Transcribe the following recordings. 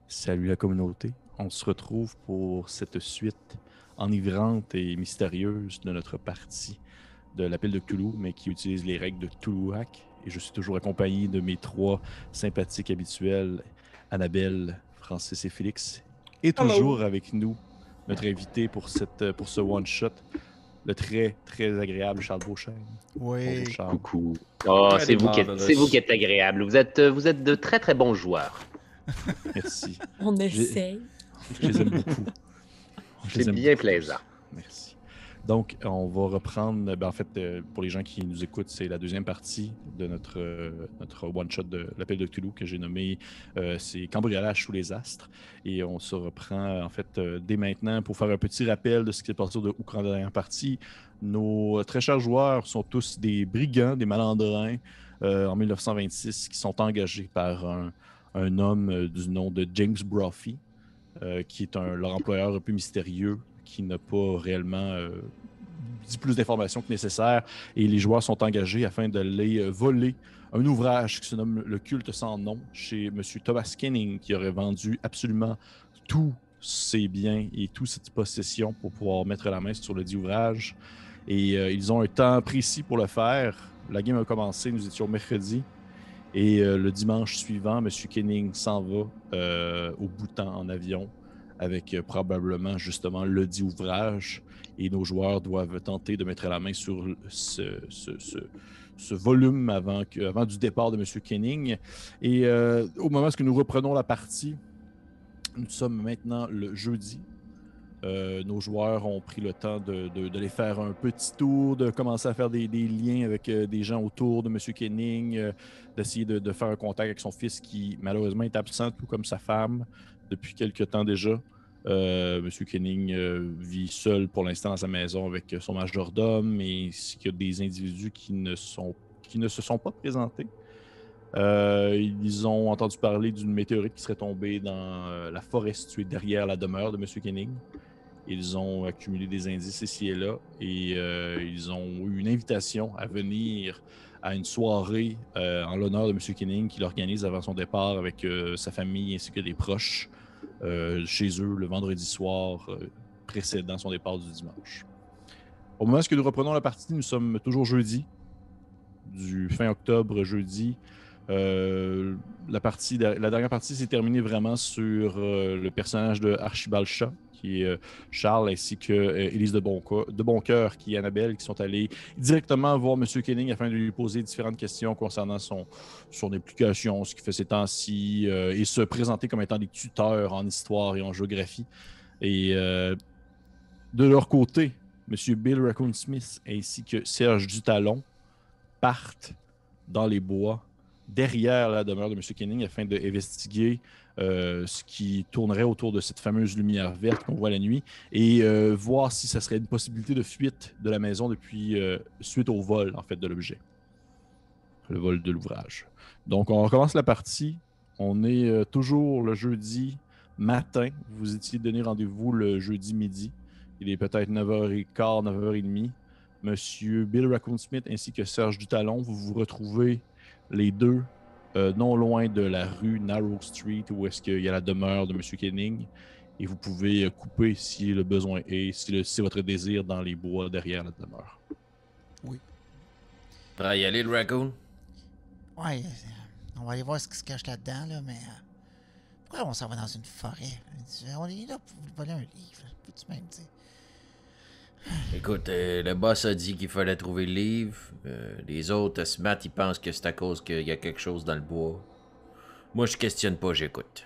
Salut la communauté. On se retrouve pour cette suite enivrante et mystérieuse de notre partie de l'appel de Cthulhu, mais qui utilise les règles de Cthulhuac. Et je suis toujours accompagné de mes trois sympathiques habituels, Annabelle, Francis et Félix. Et toujours avec nous, notre invité pour ce one-shot, le très, très agréable Charles Beauchesne. Oui. Bonjour Charles. Coucou. Oh, c'est vous qui êtes agréable. Vous êtes de très très bons joueurs. Merci. On essaye. Je les aime beaucoup. C'est bien plaisant. Merci. Donc, on va reprendre, en fait, pour les gens qui nous écoutent, c'est la deuxième partie de notre one-shot de l'appel de Cthulhu que j'ai nommé c'est Cambriolage sous les astres. Et on se reprend, en fait, dès maintenant pour faire un petit rappel de ce qui s'est passé au cours de la dernière partie. Nos très chers joueurs sont tous des brigands, des malandrins en 1926 qui sont engagés par un homme du nom de James Brophy, qui est leur employeur un peu mystérieux, qui n'a pas réellement dit plus d'informations que nécessaire. Et les joueurs sont engagés afin d'aller voler un ouvrage qui se nomme Le culte sans nom chez M. Thomas Kenning, qui aurait vendu absolument tous ses biens et toute cette possession pour pouvoir mettre la main sur le dit ouvrage. Et ils ont un temps précis pour le faire. La game a commencé, nous étions mercredi. Et le dimanche suivant, M. Kenning s'en va au Bhoutan en avion avec probablement justement le dit ouvrage. Et nos joueurs doivent tenter de mettre la main sur ce volume avant du départ de M. Kenning. Et au moment où nous reprenons la partie, nous sommes maintenant le jeudi. Nos joueurs ont pris le temps d'aller faire un petit tour, de commencer à faire des liens avec des gens autour de M. Kenning, d'essayer de faire un contact avec son fils qui malheureusement est absent, tout comme sa femme, depuis quelques temps déjà. M. Kenning vit seul pour l'instant dans sa maison avec son majordome, et il y a des individus qui ne se sont pas présentés. Ils ont entendu parler d'une météorite qui serait tombée dans la forêt située derrière la demeure de M. Kenning. Ils ont accumulé des indices ici et là et ils ont eu une invitation à venir à une soirée en l'honneur de M. Kenning qu'il organise avant son départ avec sa famille ainsi que des proches chez eux le vendredi soir précédant son départ du dimanche. Au moment où nous reprenons la partie, nous sommes toujours jeudi, du fin octobre jeudi. La dernière partie s'est terminée vraiment sur le personnage de Archibald Shaw, qui est Charles, ainsi que Élise de Boncoeur, qui est Annabelle, qui sont allés directement voir M. Kenning afin de lui poser différentes questions concernant son implication, ce qu'il fait ces temps-ci, et se présenter comme étant des tuteurs en histoire et en géographie. Et de leur côté, M. Bill Raccoon Smith ainsi que Serge Dutalon partent dans les bois derrière la demeure de M. Kenning afin d'investiguer ce qui tournerait autour de cette fameuse lumière verte qu'on voit la nuit et voir si ça serait une possibilité de fuite de la maison depuis suite au vol en fait de l'objet, le vol de l'ouvrage. Donc on recommence la partie. On est toujours le jeudi matin. Vous étiez donné rendez-vous le jeudi midi. Il est peut-être 9h15, 9h30. Monsieur Bill Raccoon Smith ainsi que Serge Dutalon, vous vous retrouvez les deux non loin de la rue Narrow Street où est-ce qu'il y a la demeure de M. Kenning, et vous pouvez couper si le besoin est, si c'est votre désir, dans les bois derrière la demeure. Oui. Prêt à y aller, le raccoon? Ouais, on va aller voir ce qui se cache là-dedans, là, mais pourquoi on s'en va dans une forêt? On est là pour voler un livre, peux-tu même dire? Écoute, le boss a dit qu'il fallait trouver le livre. Les autres, ce matin, ils pensent que c'est à cause qu'il y a quelque chose dans le bois. Moi, je questionne pas, j'écoute.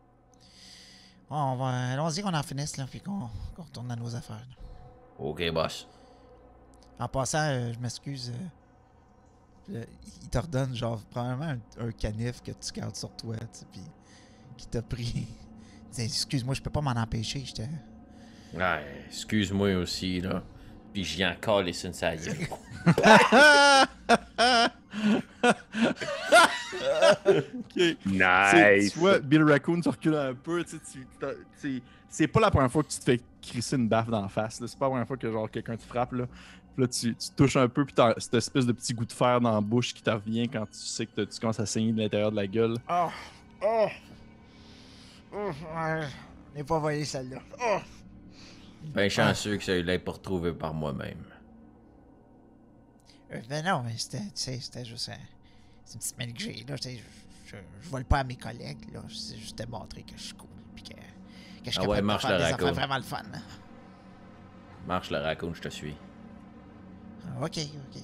Bon, allons-y qu'on en finisse, là, puis qu'on retourne à nos affaires. Là. Ok, boss. En passant, je m'excuse. Il te redonne, genre, probablement un canif que tu gardes sur toi, tu sais, puis qui t'a pris. Il dit, excuse-moi, je peux pas m'en empêcher, j'étais... Ouais, excuse-moi aussi, là. Puis j'y ai encore laissé une salle. Okay. Nice! Tu vois, Bill Raccoon, tu recules un peu. C'est pas la première fois que tu te fais crisser une baffe dans la face. Là. C'est pas la première fois que genre quelqu'un te frappe. Là. Puis là, tu touches un peu, puis t'as cette espèce de petit goût de fer dans la bouche qui t'en revient quand tu sais que tu commences à saigner de l'intérieur de la gueule. Je n'ai pas volé celle-là. Oh. Ben chanceux que ça l'ait pas retrouvé par moi-même. Ben non, mais c'était juste c'est une petite mail que j'ai, là. Je vole pas à mes collègues, là. C'est juste te montrer que je suis cool, puis que je suis capable de faire des affaires vraiment le fun. Marche le raccoon, je te suis. Ok.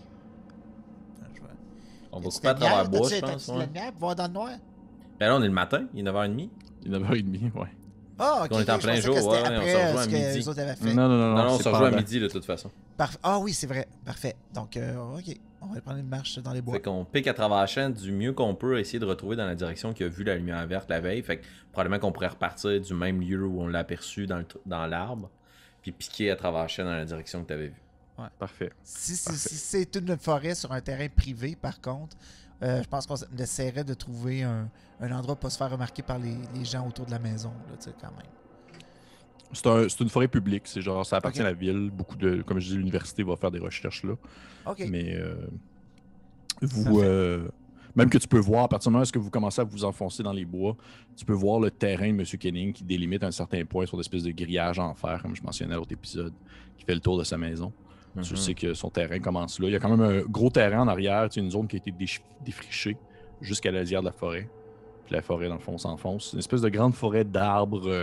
On va couper à travers le bois, je pense. T'as-tu de la lumière pour voir dans le noir? Ben là, on est le matin, il est 9h30. Il est 9h30, ouais. Ah, ok. On est en plein jour, ouais, on se rejoint à midi. Non, on se rejoint à midi de toute façon. Ah oui, c'est vrai. Parfait. Donc, ok. On va aller prendre une marche dans les bois. Fait qu'on pique à travers la chaîne du mieux qu'on peut, essayer de retrouver dans la direction qui a vu la lumière verte la veille. Fait que probablement qu'on pourrait repartir du même lieu où on l'a aperçu dans l'arbre, puis piquer à travers la chaîne dans la direction que tu avais vue. Ouais. Parfait. Si c'est une forêt sur un terrain privé, par contre, je pense qu'on essaierait de trouver un endroit pour pas se faire remarquer par les gens autour de la maison, là, tu sais, quand même. C'est une forêt publique, c'est genre ça appartient à la ville. Beaucoup de, comme je dis, l'université va faire des recherches là. Ok. Mais vous, même que tu peux voir, à partir du moment où vous commencez à vous enfoncer dans les bois, tu peux voir le terrain de M. Kenning qui délimite à un certain point sur l'espèce de grillage en fer, comme je mentionnais à l'autre épisode, qui fait le tour de sa maison. Tu sais que son terrain commence là. Il y a quand même un gros terrain en arrière, une zone qui a été défrichée jusqu'à la lisière de la forêt. Puis la forêt, dans le fond, s'enfonce. C'est une espèce de grande forêt d'arbres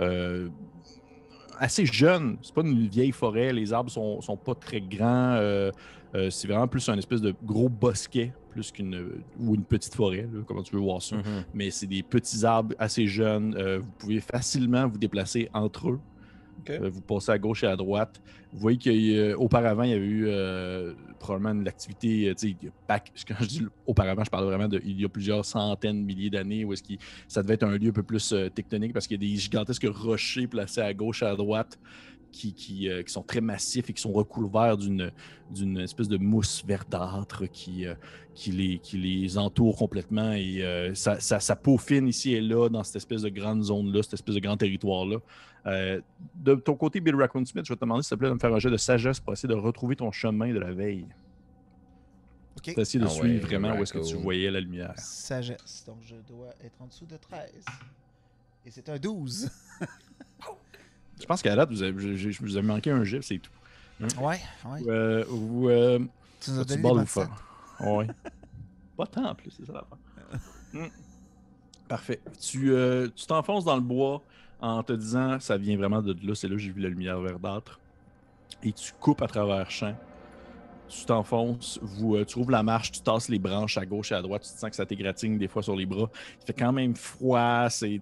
assez jeune. C'est pas une vieille forêt. Les arbres sont pas très grands. C'est vraiment plus un espèce de gros bosquet plus ou une petite forêt, là, comment tu veux voir ça. Mais c'est des petits arbres assez jeunes. Vous pouvez facilement vous déplacer entre eux. Okay. Vous passez à gauche et à droite. Vous voyez qu'auparavant, il y avait eu probablement une activité, quand je dis auparavant, je parle vraiment il y a plusieurs centaines, milliers d'années où ça devait être un lieu un peu plus tectonique parce qu'il y a des gigantesques rochers placés à gauche et à droite qui sont très massifs et qui sont recouverts d'une espèce de mousse verdâtre qui les entoure complètement et ça peaufine ici et là dans cette espèce de grande zone-là, cette espèce de grand territoire-là. De ton côté, Bill Raccoon Smith, je vais te demander s'il te plaît de me faire un jet de sagesse pour essayer de retrouver ton chemin de la veille. Ok. Pour essayer de suivre vraiment où est-ce que tu voyais la lumière. Sagesse, donc je dois être en dessous de 13. Et c'est un 12. Je pense qu'à la date, je vous ai manqué un jet, c'est tout. Ouais. Tu nous as donné des bonnes fois. Ouais. Pas tant en plus, c'est ça l'affaire. Parfait. Tu t'enfonces dans le bois en te disant, ça vient vraiment de là, c'est là que j'ai vu la lumière verdâtre. Et tu coupes à travers champ. Tu t'enfonces, tu ouvres la marche, tu tasses les branches à gauche et à droite, tu te sens que ça t'égratigne des fois sur les bras. Il fait quand même froid, c'est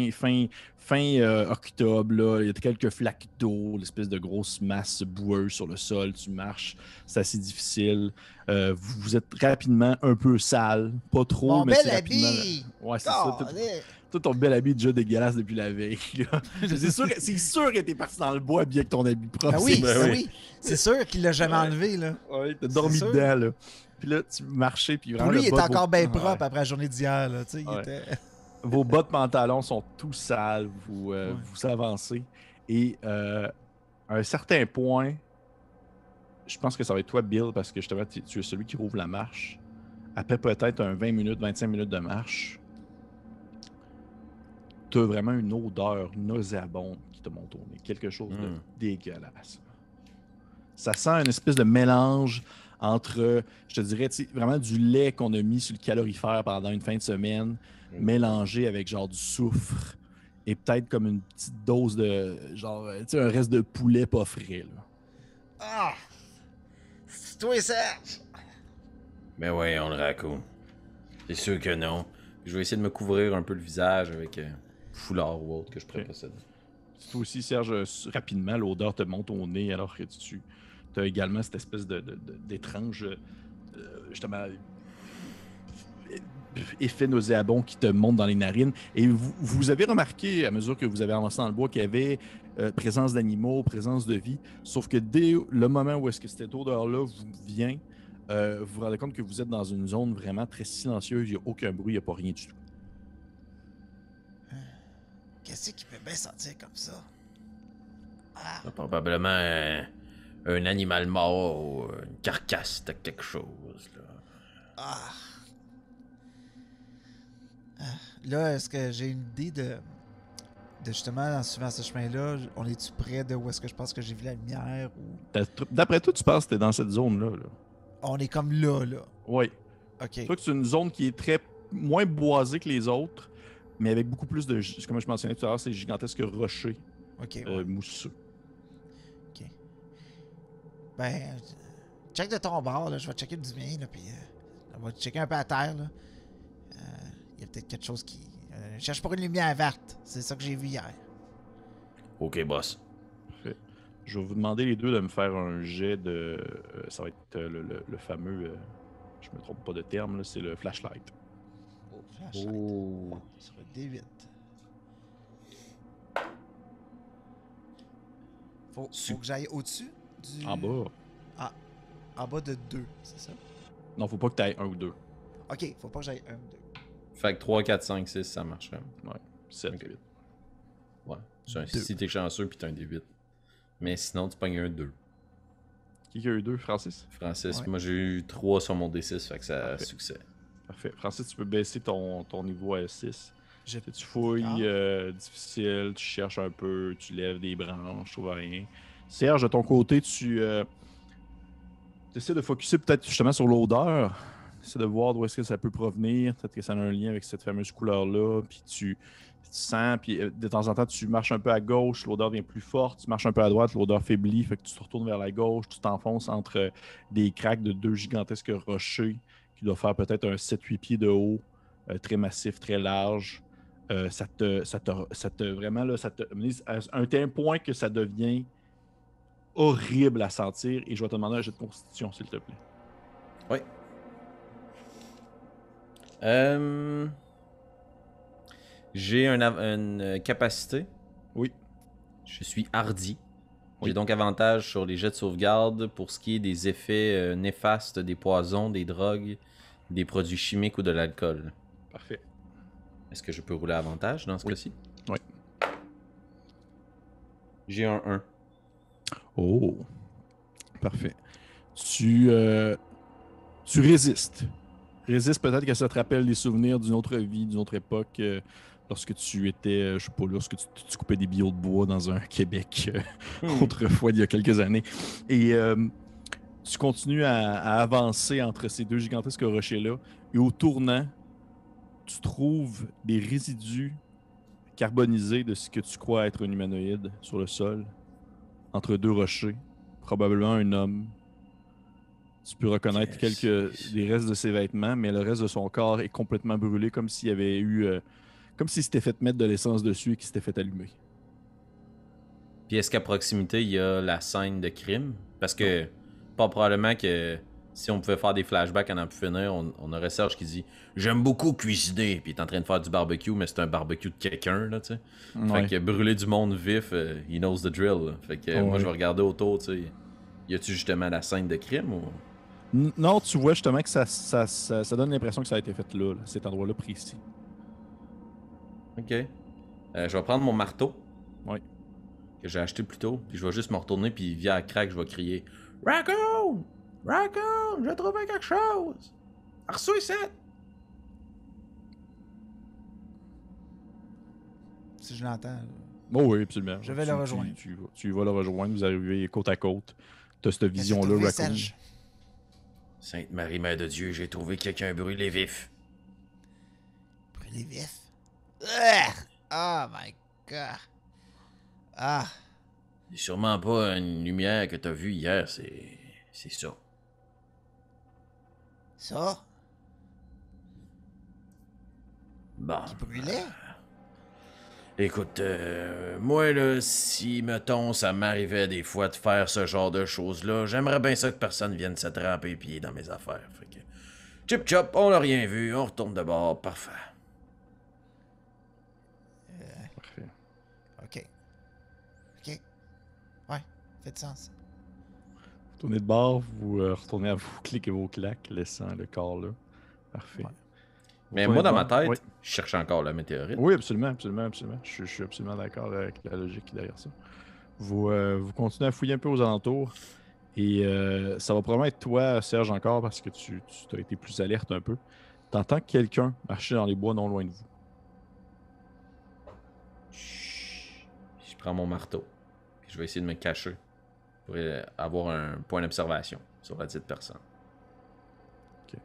fin octobre, là. Il y a quelques flaques d'eau, l'espèce de grosse masse boueuse sur le sol, tu marches, c'est assez difficile. Vous êtes rapidement un peu sale, pas trop, mon mais c'est rapidement... habit. Ouais, c'est ça. Tout ton bel habit est déjà dégueulasse depuis la veille. C'est sûr que t'es parti dans le bois bien que ton habit propre. Ah oui. C'est sûr qu'il l'a jamais enlevé, là. Ouais, t'as dormi dedans, là. Puis là, tu marchais, puis vraiment. Pour lui, il était encore bien propre après la journée d'hier, là. Tu sais, il était... Vos bas de pantalon sont tout sales, vous avancez. Et à un certain point, je pense que ça va être toi, Bill, parce que justement, tu es celui qui rouvre la marche. Après peut-être un 20 minutes, 25 minutes de marche, tu as vraiment une odeur nauséabonde qui te monte au nez. Quelque chose de dégueulasse. Ça sent une espèce de mélange entre, je te dirais, vraiment du lait qu'on a mis sur le calorifère pendant une fin de semaine, mélangé avec genre du soufre et peut-être comme une petite dose de, genre, tu sais, un reste de poulet pas frais, là. Ah! C'est toi, Serge! Mais ouais, on le raconte. C'est sûr que non. Je vais essayer de me couvrir un peu le visage avec foulard ou autre que je pourrais posséder. Toi aussi, Serge, rapidement, l'odeur te monte au nez alors que tu as également cette espèce d'étrange justement effet nauséabond qui te monte dans les narines. Et vous avez remarqué, à mesure que vous avez avancé dans le bois, qu'il y avait présence d'animaux, présence de vie, sauf que dès le moment où est-ce que cette odeur-là vous vient, vous vous rendez compte que vous êtes dans une zone vraiment très silencieuse, il n'y a aucun bruit, il n'y a pas rien du tout. Qu'est-ce qui peut bien sentir comme ça? Ah. Probablement un animal mort ou une carcasse de quelque chose. Là, Là, est-ce que j'ai une idée de justement, en suivant ce chemin-là, on est-tu près de où est-ce que je pense que j'ai vu la lumière ou... D'après toi, tu penses que t'es dans cette zone-là. Là. On est comme là. Oui. OK. Tu vois que c'est une zone qui est très moins boisée que les autres, mais avec beaucoup plus de... Comme je mentionnais tout à l'heure, c'est gigantesques rochers mousseux. OK. Ben, check de ton bord, là. Je vais checker du mien, là, puis on va checker un peu à terre, là. Il y a peut-être quelque chose qui... je cherche pour une lumière verte. C'est ça que j'ai vu hier. Ok, boss. Parfait. Je vais vous demander les deux de me faire un jet de... ça va être le fameux... je me trompe pas de terme, là, c'est le flashlight. Oh, flashlight. Oh. Sur le D8. Faut que j'aille au-dessus du... En bas. En bas de 2, c'est ça? Non, faut pas que tu ailles 1 ou 2. OK, faut pas que j'aille 1 ou 2. Fait que 3, 4, 5, 6, ça marcherait. Ouais, 7, Ok. 8. Ouais. Si t'es chanceux, puis t'as un D8. Mais sinon, tu pognes un 2. Qui a eu 2, Francis? Francis, Ouais. moi j'ai eu 3 sur mon D6, fait que ça a Parfait. succès. Parfait. Francis, tu peux baisser ton niveau à 6. Je... Tu fouilles, difficile, tu cherches un peu, tu lèves des branches, tu trouves rien. Serge, de ton côté, tu essaies de focusser peut-être justement sur l'odeur. Tu essaies de voir d'où est-ce que ça peut provenir. Peut-être que ça a un lien avec cette fameuse couleur-là. Puis tu sens, puis de temps en temps, tu marches un peu à gauche, l'odeur devient plus forte. Tu marches un peu à droite, l'odeur faiblit. Fait que tu te retournes vers la gauche, tu t'enfonces entre des craques de 2 gigantesques rochers qui doivent faire peut-être un 7-8 pieds de haut, très massif, très large. Ça te vraiment là, ça te mise à un tel point que ça devient horrible à sentir. Et je vais te demander un jet de constitution, s'il te plaît. Oui. J'ai une capacité. Oui. Je suis hardi. Oui. J'ai donc avantage sur les jets de sauvegarde pour ce qui est des effets néfastes, des poisons, des drogues, des produits chimiques ou de l'alcool. Parfait. Est-ce que je peux rouler avantage dans ce cas-ci? Oui. J'ai un 1. Oh. Parfait. Tu résistes. Résiste peut-être que ça te rappelle des souvenirs d'une autre vie, d'une autre époque, lorsque tu étais, je sais pas, lorsque tu coupais des billots de bois dans un Québec autrefois, il y a quelques années. Et tu continues à avancer entre ces 2 gigantesques rochers-là. Et au tournant, tu trouves des résidus carbonisés de ce que tu crois être un humanoïde sur le sol, entre 2 rochers, probablement un homme. Tu peux reconnaître des restes de ses vêtements, mais le reste de son corps est complètement brûlé, comme s'il y avait eu, comme s'il s'était fait mettre de l'essence dessus et qu'il s'était fait allumer. Puis est-ce qu'à proximité, il y a la scène de crime? Parce que, pas probablement que si on pouvait faire des flashbacks à n'en plus finir, on aurait Serge qui dit « J'aime beaucoup cuisiner », puis il est en train de faire du barbecue, mais c'est un barbecue de quelqu'un, là, tu sais. Ouais. Fait que brûler du monde vif, he knows the drill, là. Fait que moi, je vais regarder autour, tu sais. Y a-tu justement la scène de crime ou... Non, tu vois justement que ça donne l'impression que ça a été fait là, cet endroit-là précis. Ok. Je vais prendre mon marteau. Oui. Que j'ai acheté plus tôt. Puis je vais juste me retourner. Puis via la craque, je vais crier Raccoon! Raccoon! J'ai trouvé quelque chose! Reçois ça! Si je l'entends. Oh oui, absolument. Je vais le rejoindre. Tu vas le rejoindre, vous arrivez côte à côte. Tu as cette vision-là, Raccoon. Sainte Marie, Mère de Dieu, j'ai trouvé quelqu'un brûlé vif. Brûlé vif? Oh my god. Ah. C'est sûrement pas une lumière que t'as vue hier, c'est ça. Ça? Bon. Qui brûlait? Écoute, moi là, si, mettons, ça m'arrivait des fois de faire ce genre de choses-là, j'aimerais bien ça que personne vienne se tremper les pieds dans mes affaires. Fait que, chip chop, on n'a rien vu, on retourne de bord, parfait. Parfait. Ok. Ok. Ouais, fait de sens. Vous tournez de bord, vous retournez à vous cliquer vos claques, laissant le corps là. Parfait. Ouais. Mais moi, dans ma tête, je cherche encore la météorite. Oui, absolument. Je suis absolument d'accord avec la logique derrière ça. Vous continuez à fouiller un peu aux alentours. Et ça va probablement être toi, Serge, encore, parce que tu as été plus alerte un peu. T'entends quelqu'un marcher dans les bois non loin de vous. prends mon marteau. Puis je vais essayer de me cacher pour avoir un point d'observation sur la dite personne. Ok.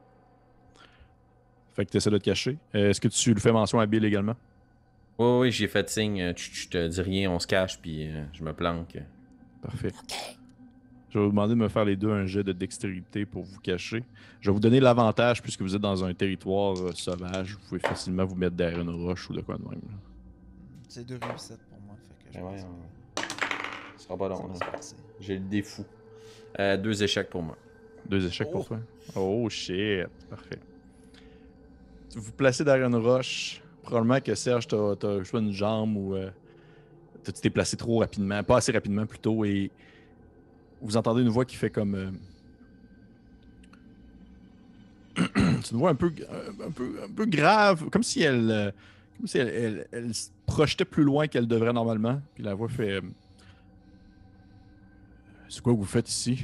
Fait que tu essaies de te cacher. Est-ce que tu lui fais mention à Bill également? Oui, j'ai fait signe. Je te dis rien, on se cache, puis je me planque. Parfait. Je vais vous demander de me faire les deux un jet de dextérité pour vous cacher. Je vais vous donner l'avantage puisque vous êtes dans un territoire sauvage. Vous pouvez facilement vous mettre derrière une roche ou de quoi de même. Là. C'est 2 réussites pour moi. Fait que je Ouais, pense ce sera pas long. que ça va se passer. J'ai le défou. 2 échecs pour moi. 2 échecs pour toi. Oh shit. Parfait. Vous vous placez derrière une roche. Probablement que Serge, t'as une jambe ou tu t'es placé trop rapidement. Pas assez rapidement plutôt. Et vous entendez une voix qui fait comme... c'est une voix un peu grave. Comme si elle se projetait plus loin qu'elle devrait normalement. Puis la voix fait... c'est quoi que vous faites ici?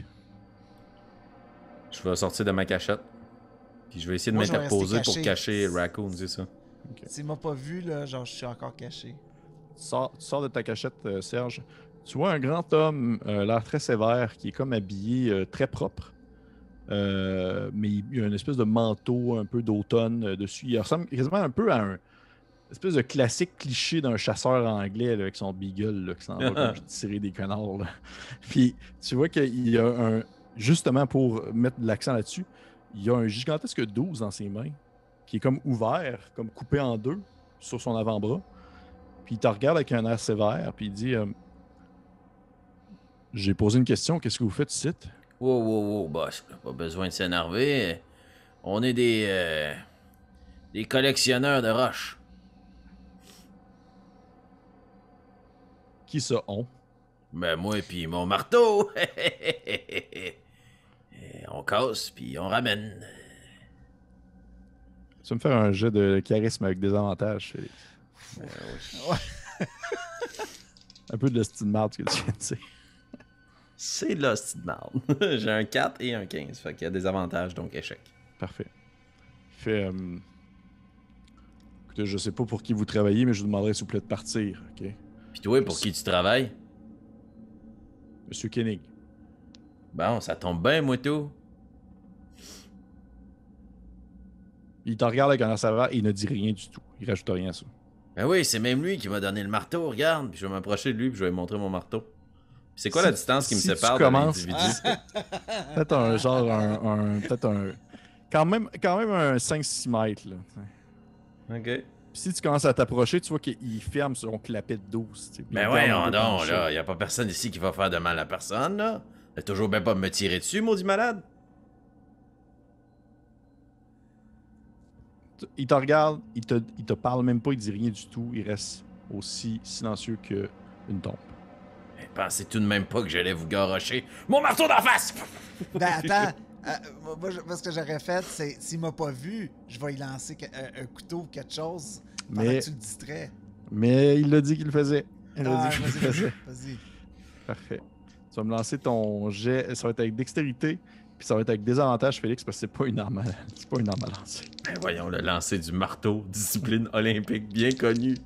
Je vais sortir de ma cachette. Puis je vais essayer de Moi, je vais m'interposer rester pour caché. cacher Raccoon, c'est ça. Okay. S'il m'a pas vu, là, genre, je suis encore caché. Tu sors de ta cachette, Serge. Tu vois un grand homme, l'air très sévère, qui est comme habillé très propre. Mais il a une espèce de manteau un peu d'automne dessus. Il ressemble quasiment un peu à un espèce de classique cliché d'un chasseur anglais là, avec son beagle là, qui s'en va comme tirer des canards. Là. Puis tu vois qu'il y a un... Justement pour mettre de l'accent là-dessus, il y a un gigantesque 12 dans ses mains qui est comme ouvert, comme coupé en deux sur son avant-bras. Puis il te regarde avec un air sévère, puis il dit j'ai posé une question, qu'est-ce que vous faites ici? Wow, boss. Pas besoin de s'énerver. On est des collectionneurs de roches. Qui ça on? Ben moi puis mon marteau. On casse puis on ramène. Tu vas me faire un jet de charisme avec des avantages, Félix. Oui. Un peu de l'hostie de marde ce que tu viens de dire. C'est de l'hostie de marde. J'ai un 4 et un 15, fait qu'il y a des avantages, donc échec. Parfait. Fait, écoutez, je sais pas pour qui vous travaillez, mais je vous demanderai s'il vous plaît de partir, ok? Pis toi, pour qui tu travailles? Monsieur Koenig. Bon, ça tombe bien, moi tout. Il te regarde avec un air sévère et il ne dit rien du tout. Il rajoute rien à ça. Ben oui, c'est même lui qui m'a donné le marteau, regarde. Puis je vais m'approcher de lui puis je vais lui montrer mon marteau. Puis c'est quoi la distance qui me sépare de l'individu? Peut-être un genre, peut-être un... Quand même un 5-6 mètres, là. Ok. Puis si tu commences à t'approcher, tu vois qu'il ferme son clapet de 12. Ben voyons donc, là. Y a pas personne ici qui va faire de mal à personne, là. T'as toujours bien pas me tirer dessus, maudit malade. Il te regarde, il te parle même pas, il dit rien du tout. Il reste aussi silencieux qu'une tombe. Mais pensez tout de même pas que j'allais vous garrocher mon marteau d'en face! Ben attends, moi, ce que j'aurais fait, c'est s'il m'a pas vu, je vais y lancer un couteau ou quelque chose pendant que tu le distrais. Mais il a dit qu'il le faisait. Il a dit qu'il le vas-y, faisait. vas-y. Parfait. Tu vas me lancer ton jet. Ça va être avec dextérité. Puis ça va être avec désavantage, Félix, parce que c'est pas une arme à lancer. Ben voyons, le lancer du marteau, discipline olympique bien connue.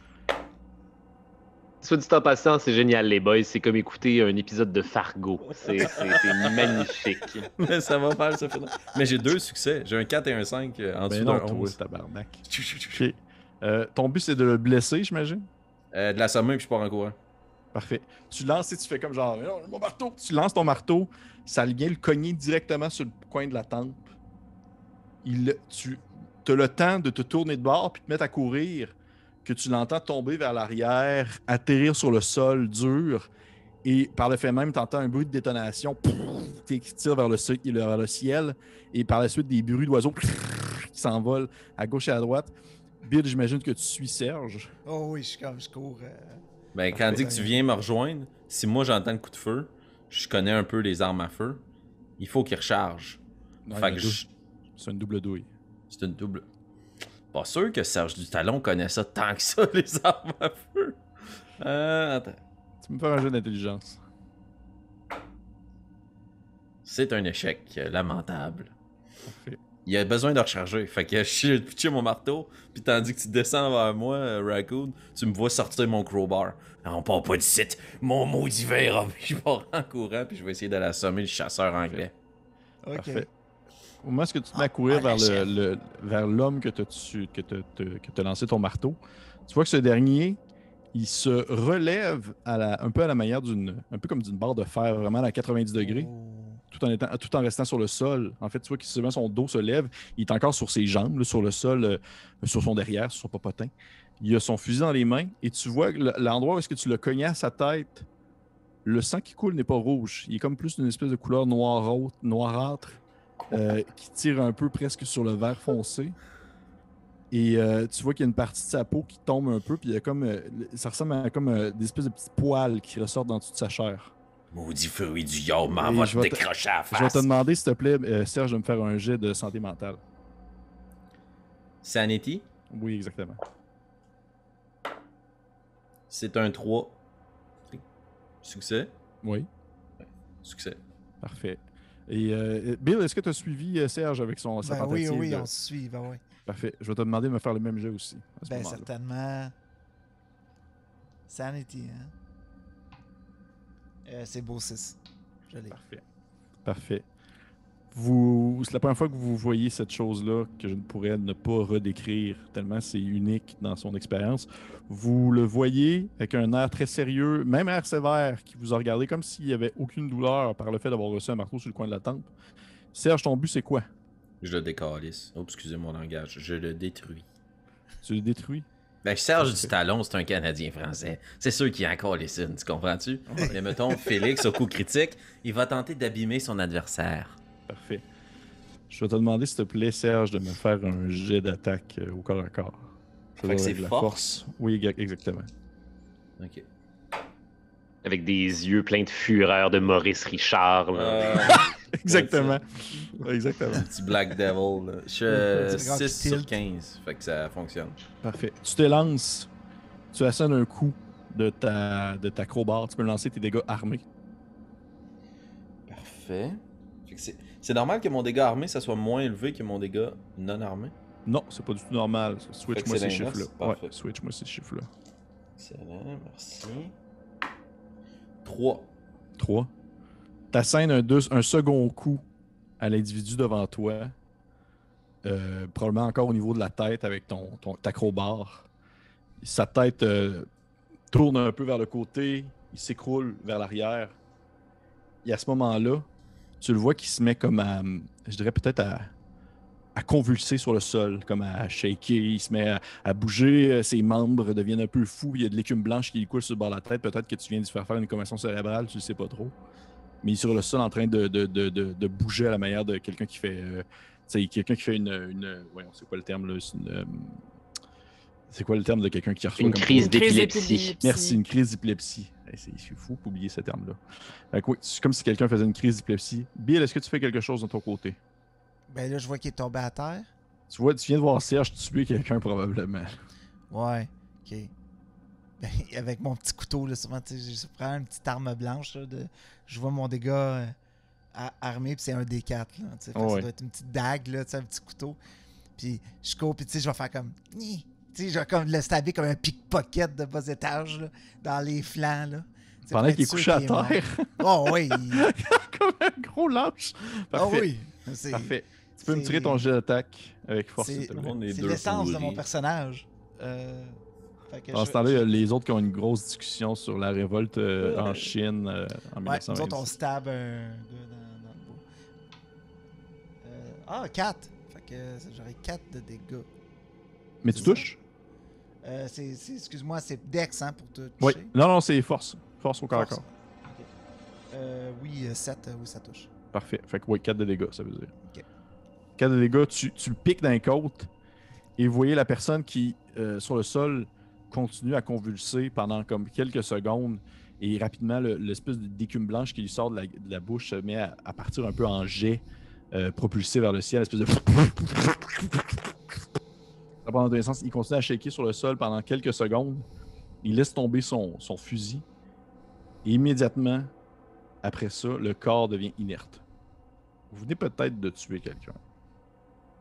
Soit dit en passant, c'est génial, les boys. C'est comme écouter un épisode de Fargo. C'est magnifique. Mais ça va faire ce phénomène. Mais j'ai 2 succès. J'ai un 4 et un 5 en dessous d'un 11. Tabarnak. Ok. Ton but, c'est de le blesser, j'imagine? De l'assommer puis je pars en courant. Parfait. Tu lances et tu fais comme genre, mon marteau. Tu lances ton marteau, ça vient le cogner directement sur le coin de la tempe. Tu as le temps de te tourner de bord puis te mettre à courir, que tu l'entends tomber vers l'arrière, atterrir sur le sol dur, et par le fait même, tu entends un bruit de détonation qui tire vers le ciel, et par la suite, des bruits d'oiseaux qui s'envolent à gauche et à droite. Bill, j'imagine que tu suis Serge. Oh oui, je cours. Ben, quand on dit que tu viens me rejoindre, si moi j'entends le coup de feu, je connais un peu les armes à feu, il faut qu'il recharge. Ouais, Fait que c'est une double douille. C'est une double. Pas sûr que Serge Dutalon connaît ça tant que ça, les armes à feu. Attends. Tu me fais un jeu d'intelligence. C'est un échec lamentable. Parfait. Il a besoin de recharger. Fait que je pitché mon marteau, puis tandis que tu descends vers moi, Raccoon, tu me vois sortir mon crowbar. Ah, on part pas du site. Mon maudit verre. Je pars en courant, puis je vais essayer d'aller assommer le chasseur anglais. Ok. Parfait. Au moment où tu te mets à courir vers, la vers l'homme que t'as lancé ton marteau, tu vois que ce dernier, il se relève un peu à la manière un peu comme d'une barre de fer, vraiment à 90 degrés, Oh. tout en restant sur le sol. En fait, tu vois que souvent son dos se lève, il est encore sur ses jambes, là, sur le sol, sur son derrière, sur son popotin. Il a son fusil dans les mains et tu vois que l'endroit où est-ce que tu l'as cogné à sa tête, le sang qui coule n'est pas rouge. Il est comme plus d'une espèce de couleur noirâtre qui tire un peu presque sur le vert foncé. Et tu vois qu'il y a une partie de sa peau qui tombe un peu, puis il y a comme, ça ressemble à comme des espèces de petits poils qui ressortent dans dessous de sa chair. Maudit fruit du yard, m'en Et va je te vais te- décrocher à la Je vais te face. demander, s'il te plaît, Serge, de me faire un jet de santé mentale. Sanity, Oui, exactement. c'est un 3. Succès. Oui, Succès. parfait. Et Bill, est-ce que tu as suivi Serge avec sa Ben tentative? oui, on se suit, ben oui. Parfait. Je vais te demander de me faire le même jet aussi. À ce Ben moment-là. certainement. Sanity, hein. C'est beau 6. Je l'ai. Parfait. Parfait. C'est la première fois que vous voyez cette chose-là que je ne pourrais ne pas redécrire tellement c'est unique dans son expérience. Vous le voyez avec un air très sérieux, même air sévère, qui vous a regardé comme s'il n'y avait aucune douleur par le fait d'avoir reçu un marteau sur le coin de la tempe. Serge, ton but, c'est quoi? Je le décalisse. Oh, excusez mon langage. Je le détruis. Tu le détruis? Ben, Serge du Talon, c'est un Canadien français. C'est sûr qu'il a encore les signes, tu comprends-tu? Et mettons, Félix, au coup critique, il va tenter d'abîmer son adversaire. Parfait. Je vais te demander, s'il te plaît, Serge, de me faire un jet d'attaque au corps à corps. Ça Fait doit que c'est être la force? Oui, exactement. Ok. Avec des yeux pleins de fureur de Maurice Richard. Là. Exactement. Exactement. Petit Black Devil. Là. Je suis Petit gars qui 6 sur tilt. 15. Fait que ça fonctionne. Parfait. Tu t'élances, tu assènes un coup de ta crowbar, tu peux lancer tes dégâts armés. Parfait. Fait que c'est normal que mon dégât armé, ça soit moins élevé que mon dégât non armé. Non, c'est pas du tout normal. Fait Switch-moi que c'est ces l'inverse. chiffres-là. Parfait. Ouais, switch-moi ces chiffres-là. Excellent, merci. 3. 3. T'assènes un second coup à l'individu devant toi. Probablement encore au niveau de la tête avec ta crowbar. Sa tête tourne un peu vers le côté, il s'écroule vers l'arrière. Et à ce moment-là, tu le vois qui se met comme je dirais peut-être à convulser sur le sol, comme à shaker, il se met à bouger, ses membres deviennent un peu fous, il y a de l'écume blanche qui lui coule sur le bord de la tête, peut-être que tu viens de faire une commotion cérébrale, tu ne sais pas trop. Mais il est sur le sol en train de bouger à la manière de quelqu'un qui fait... quelqu'un qui fait voyons, c'est quoi le terme là? C'est quoi le terme de quelqu'un qui reçoit Une comme crise trop- d'épilepsie. Merci, une crise d'épilepsie. C'est fou d'oublier ce terme-là. Fait que oui, c'est comme si quelqu'un faisait une crise d'épilepsie. Bill, est-ce que tu fais quelque chose de ton côté? Ben là, je vois qu'il est tombé à terre. Tu viens de voir Serge tuer quelqu'un probablement. Ouais, ok. Ben, avec mon petit couteau, là, souvent, tu sais, je prends une petite arme blanche, là, je vois mon dégât armé, puis c'est un D4, là, tu sais. Fait que Ouais. ça doit être une petite dague, là, tu sais, un petit couteau. Puis je cours, puis tu sais, je vais faire comme... Ni! Tu sais, je vais comme le stabber comme un pickpocket de bas étage, là, dans les flancs, là. Tu sais, Pendant pour qu'il est être sûr couché à qu'il mort. terre, Oh oui! comme un gros lâche. Oh Parfait. oui! C'est Parfait. Tu peux me c'est- tirer ton jet d'attaque avec force, c'est- s'il te plaît. On est c'est deux l'essence de pourris. mon personnage. Fait que Dans ce temps-là, il y a les autres qui ont une grosse discussion sur la révolte en Chine en Ouais, nous autres, on 1926. stab un gars dans le dos. 4. Fait que j'aurais 4 de dégâts. Mais tu touches? Excuse-moi, c'est Dex, hein, pour te Oui. toucher. Non, c'est force. Force au corps à Force. corps. Ok. Oui, 7, oui, ça touche. Parfait. Fait que oui, 4 de dégâts, ça veut dire. Ok. 4 de dégâts, tu le piques dans les côtes et vous voyez la personne qui, sur le sol, continue à convulser pendant comme quelques secondes et rapidement, l'espèce d'écume blanche qui lui sort de la bouche se met à partir un peu en jet propulsé vers le ciel, espèce de... Ça part dans tous les sens. Il continue à shaker sur le sol pendant quelques secondes. Il laisse tomber son fusil. Et immédiatement, après ça, le corps devient inerte. Vous venez peut-être de tuer quelqu'un.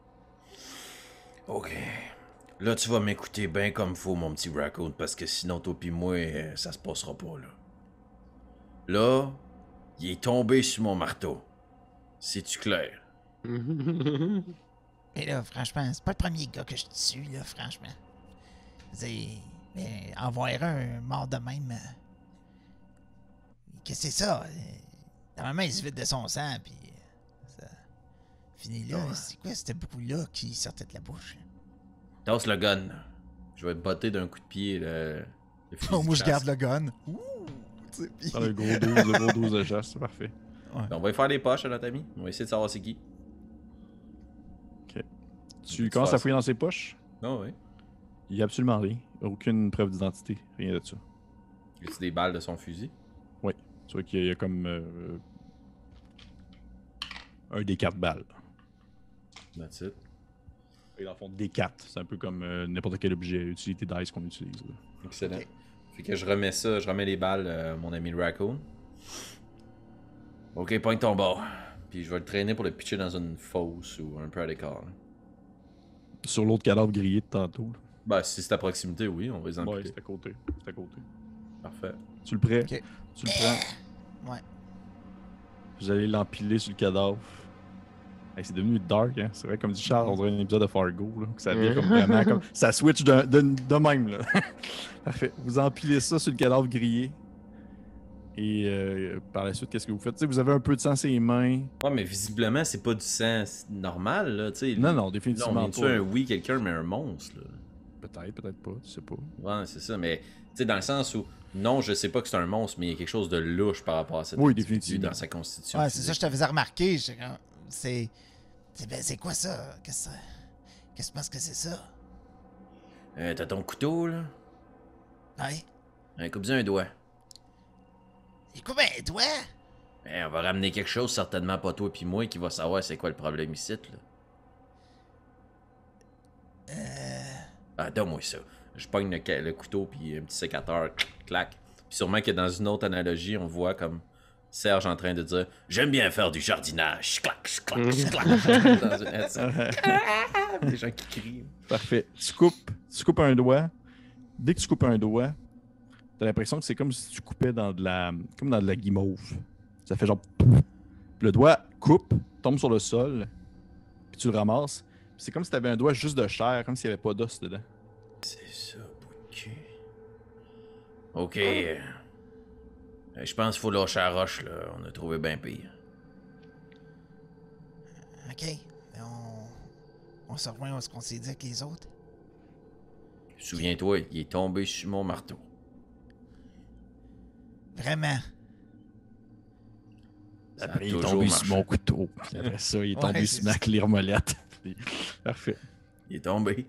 Ok. Là, tu vas m'écouter bien comme faut, mon petit raccoon, parce que sinon, toi pis moi, ça se passera pas, là. Là, il est tombé sur mon marteau. C'est-tu clair? Et là, franchement, c'est pas le premier gars que je tue, là, franchement. Mais en voir un mort de même... Qu'est-ce que c'est ça? Normalement, il se vide de son sang, puis... ça finit là. C'est quoi ce bout-là qui sortait de la bouche? Tasse le gun. Je vais te botter d'un coup de pied, le fusil Oh, moi, de je chasse. garde le gun. Ouh! Tu sais, puis- Un gros 12 de chasse, c'est parfait. Ben, on va y faire des poches à notre ami. On va essayer de savoir c'est qui. Tu peux-tu commences faire à fouiller dans ses poches. Ah oui. Il n'y a absolument rien. Aucune preuve d'identité. Rien de ça. Y a-tu des balles de son fusil? Tu vois qu'il y a comme un des 4 balles. That's it. Et dans le fond, des 4. C'est un peu comme n'importe quel objet, utilité dice qu'on utilise. Là. Excellent. Ok. Fait que je remets ça, je remets les balles, mon ami le raccoon. Ok, pointe ton bord. Puis je vais le traîner pour le pitcher dans une fosse ou un peu à l'écart. là. Sur l'autre cadavre grillé de tantôt. Là. Ben, si c'est à proximité, oui, on va les Ouais, impliquer. c'est à côté. C'est à côté. Parfait. Tu le prends. Ok. Tu le prends. Ouais. Vous allez l'empiler sur le cadavre. Hey, c'est devenu dark, hein? C'est vrai, comme dit Charles, on dirait un épisode de Fargo, là, que ça vient comme vraiment comme... Ça switch de même, là. Parfait. Vous empilez ça sur le cadavre grillé. Et par la suite, qu'est-ce que vous faites? Tu sais, vous avez un peu de sang sur les mains. Ouais, mais visiblement, c'est pas du sang normal, là, tu sais. Non, Là, on définitivement vient de tuer pas. un oui, quelqu'un, mais un monstre, là. Peut-être, peut-être pas, tu sais pas. Ouais, c'est ça, mais, tu sais, dans le sens où, non, je sais pas que c'est un monstre, mais il y a quelque chose de louche par rapport à cet Oui, individu définitivement. dans sa constitution. Ouais, c'est ça, physique. je te faisais remarquer. C'est quoi ça? Qu'est-ce que tu penses que c'est ça? T'as ton couteau, là? Ouais. Coupe-y un doigt. Et quoi, ben, toi? On va ramener quelque chose, certainement pas toi puis moi, qui va savoir c'est quoi le problème ici, là. Ah, donne-moi ça. Je pogne le couteau puis un petit sécateur, clac. Puis sûrement que dans une autre analogie, on voit comme Serge en train de dire « J'aime bien faire du jardinage. » Clac, clac, clac. Dans une headset. Des gens qui crient. Parfait. Tu coupes un doigt. Dès que tu coupes un doigt, t'as l'impression que c'est comme si tu coupais dans de la guimauve. Ça fait genre... Puis le doigt coupe, tombe sur le sol, puis tu le ramasses. Puis c'est comme si t'avais un doigt juste de chair, comme s'il n'y avait pas d'os dedans. C'est ça, bout de cul. Ok. Je pense qu'il faut lâcher la roche, là. On a trouvé bien pire. Ok. Ben, on se rejoint où est-ce qu'on s'est dit avec les autres? Souviens-toi, il est tombé sur mon marteau. Vraiment. Ça a Après, il est toujours tombé marché. sur mon couteau. Puis après ça, il est Ouais, tombé c'est sur ma ça. clé molette. Parfait. Il est tombé.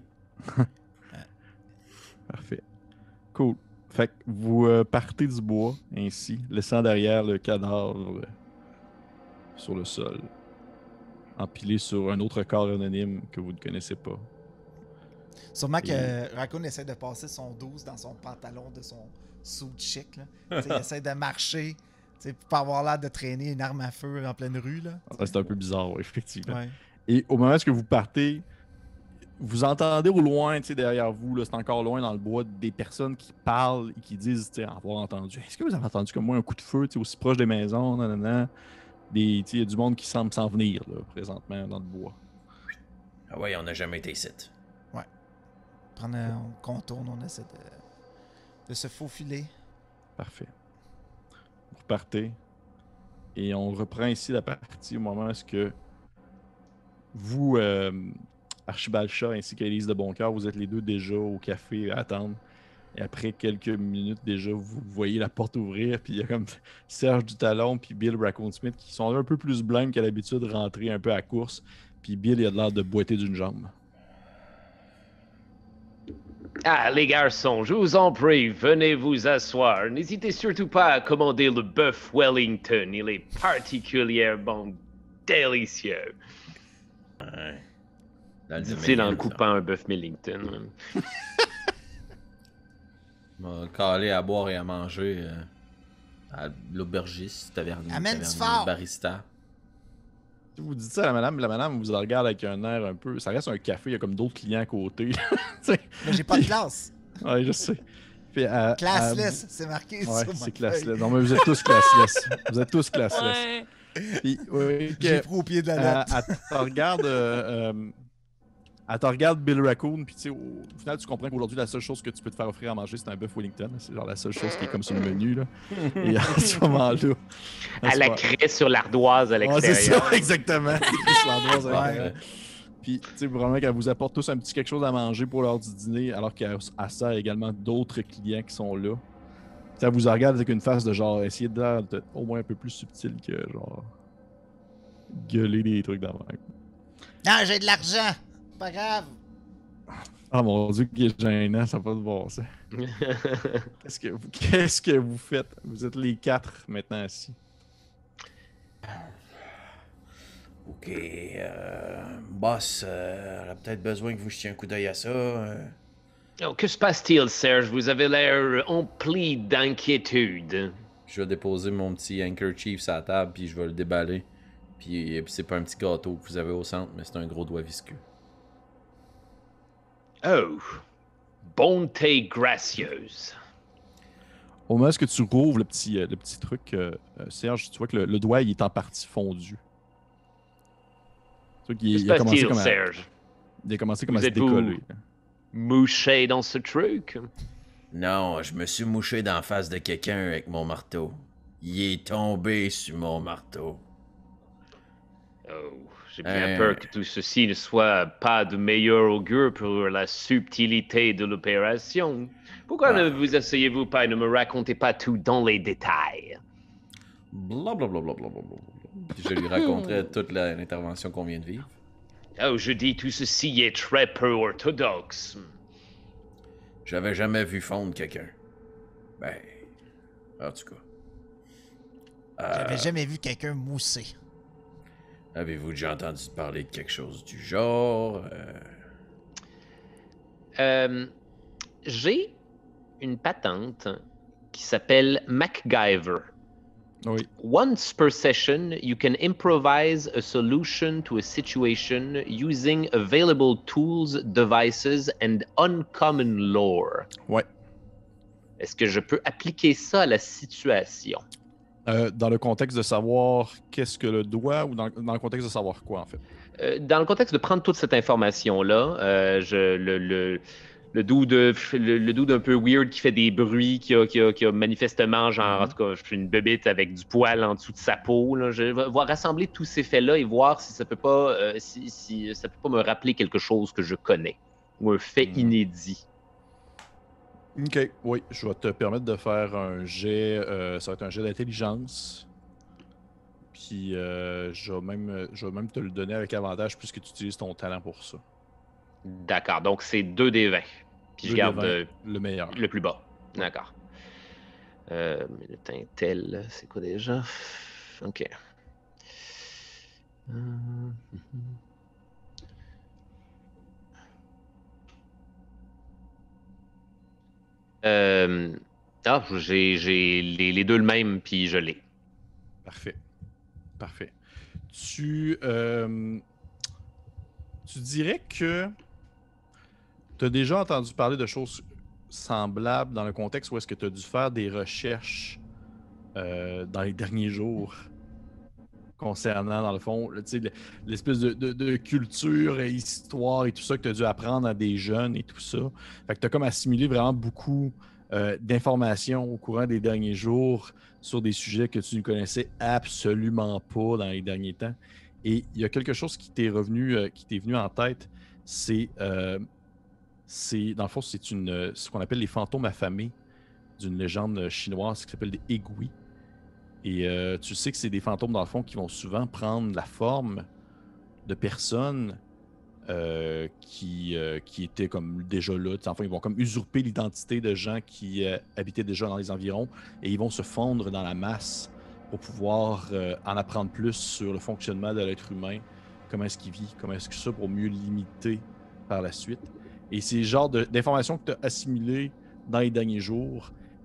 Parfait. Cool. Fait que vous partez du bois, ainsi, laissant derrière le cadavre sur le sol, empilé sur un autre corps anonyme que vous ne connaissez pas. Sûrement que Raccoon essaie de passer son 12 dans son pantalon de son suit chic. Là. Tu sais, il essaie de marcher tu sais, pour pas avoir l'air de traîner une arme à feu en pleine rue. Là. Ça, c'est un peu bizarre, effectivement. Ouais. Et au moment où vous partez, vous entendez au loin, tu sais, derrière vous, là, c'est encore loin dans le bois, des personnes qui parlent et qui disent, tu sais, avoir entendu. Est-ce que vous avez entendu comme moi un coup de feu, tu sais, aussi proche des maisons, nanana? Il y a du monde qui semble s'en venir, là, présentement, dans le bois. Ah ouais, on n'a jamais été ici. On contourne, on essaie de se faufiler. Parfait. Vous repartez. Et on reprend ici la partie au moment où que vous, Archibald Chat ainsi qu'Élise de Boncoeur, vous êtes les deux déjà au café à attendre. Et après quelques minutes déjà, vous voyez la porte ouvrir, puis il y a comme Serge Dutalon puis Bill Raccoon Smith qui sont un peu plus blêmes qu'à l'habitude, rentrer un peu à course. Puis Bill, il a l'air de boiter d'une jambe. Ah, les garçons, je vous en prie, venez vous asseoir. N'hésitez surtout pas à commander le bœuf Wellington. Il est particulièrement délicieux. Ouais. Dans le Dit-il en domaine, coupant un bœuf Wellington. ça. On va caler à boire et à manger à l'aubergiste, taverne, Amène du taverne fort. barista. vous dites ça à la madame vous en regarde avec un air un peu. Ça reste un café, il y a comme d'autres clients à côté. Mais j'ai pas de classe. Ouais, je sais. Puis, Classless, c'est marqué ouais, sur c'est ma classless. feuille. Non, mais vous êtes tous classless. Vous êtes tous classless. Ouais. Puis, oui, J'ai pris au pied de la lettre. elle te regarde. Elle te regarde Bill Raccoon, puis tu sais, au final, tu comprends qu'aujourd'hui, la seule chose que tu peux te faire offrir à manger, c'est un bœuf Wellington. C'est genre la seule chose qui est comme sur le menu, là. Et à ce moment-là... À la craie sur l'ardoise à Ouais, l'extérieur. c'est ça, exactement. C'est l'ardoise à Ouais. l'extérieur. Puis, tu sais, vraiment qu'elle vous apporte tous un petit quelque chose à manger pour l'heure du dîner, alors qu'elle sert également d'autres clients qui sont là. Ça vous regarde avec une face de genre, essayer d'être au moins un peu plus subtil que genre... gueuler des trucs d'avant. Non, j'ai de l'argent. Pas grave. Ah mon Dieu, qui est gênant, ça n'a pas de bon sens. Qu'est-ce que vous faites? Vous êtes les 4 maintenant assis. Ok, boss, on a peut-être besoin que vous jetiez un coup d'œil à ça. Oh, que se passe-t-il, Serge? Vous avez l'air empli d'inquiétude. Je vais déposer mon petit handkerchief sur la table, puis je vais le déballer. Puis c'est pas un petit gâteau que vous avez au centre, mais c'est un gros doigt visqueux. Oh, bonté gracieuse. Au moment où tu rouvres le petit truc, Serge, tu vois que le doigt il est en partie fondu. Tu vois qu'il Que se il a commencé passe-t-il, comme à, Serge? il a commencé comme Vous à se êtes-vous- décoller. Mouché dans ce truc? Non, je me suis mouché d'en face de quelqu'un avec mon marteau. Il est tombé sur mon marteau. Oh, j'ai bien peur que tout ceci ne soit pas de meilleur augure pour la subtilité de l'opération. Pourquoi ne vous asseyez-vous pas et ne me racontez pas tout dans les détails? Blablabla. Puis je lui raconterai toute l'intervention qu'on vient de vivre. Oh, je dis tout ceci est très peu orthodoxe. J'avais jamais vu fondre quelqu'un. Ben, en tout cas. J'avais jamais vu quelqu'un mousser. Avez-vous déjà entendu parler de quelque chose du genre? J'ai une patente qui s'appelle MacGyver. Oui. Once per session, you can improvise a solution to a situation using available tools, devices, and uncommon lore. Ouais. Est-ce que je peux appliquer ça à la situation? Dans le contexte de savoir qu'est-ce que le doigt ou dans le contexte de savoir quoi, en fait? Dans le contexte de prendre toute cette information-là, le dude un peu weird qui fait des bruits, qui a manifestement, genre, en tout cas, une bébite avec du poil en dessous de sa peau. Là. Je vais rassembler tous ces faits-là et voir si ça peut pas, si ça peut pas me rappeler quelque chose que je connais ou un fait inédit. Ok, oui, je vais te permettre de faire un jet. Ça va être un jet d'intelligence. Puis je vais même te le donner avec avantage puisque tu utilises ton talent pour ça. D'accord, donc c'est 2 des 20. Puis je 2 garde des 20, le meilleur. le plus bas. D'accord. Le tintel, c'est quoi déjà? Ok. J'ai les deux le même, puis je l'ai. Parfait. Parfait. Tu dirais que tu as déjà entendu parler de choses semblables dans le contexte où est-ce que tu as dû faire des recherches dans les derniers jours concernant, dans le fond, l'espèce de culture et histoire et tout ça que tu as dû apprendre à des jeunes et tout ça. Fait que tu as comme assimilé vraiment beaucoup d'informations au courant des derniers jours sur des sujets que tu ne connaissais absolument pas dans les derniers temps. Et il y a quelque chose qui t'est venu en tête, c'est dans le fond, c'est ce qu'on appelle les fantômes affamés d'une légende chinoise qui s'appelle des aiguilles. Et tu sais que c'est des fantômes, dans le fond, qui vont souvent prendre la forme de personnes qui étaient comme déjà là. Enfin, ils vont comme usurper l'identité de gens qui habitaient déjà dans les environs et ils vont se fondre dans la masse pour pouvoir en apprendre plus sur le fonctionnement de l'être humain, comment est-ce qu'il vit, comment est-ce que ça pour mieux l'imiter par la suite. Et c'est le genre d'informations que tu as assimilées dans les derniers jours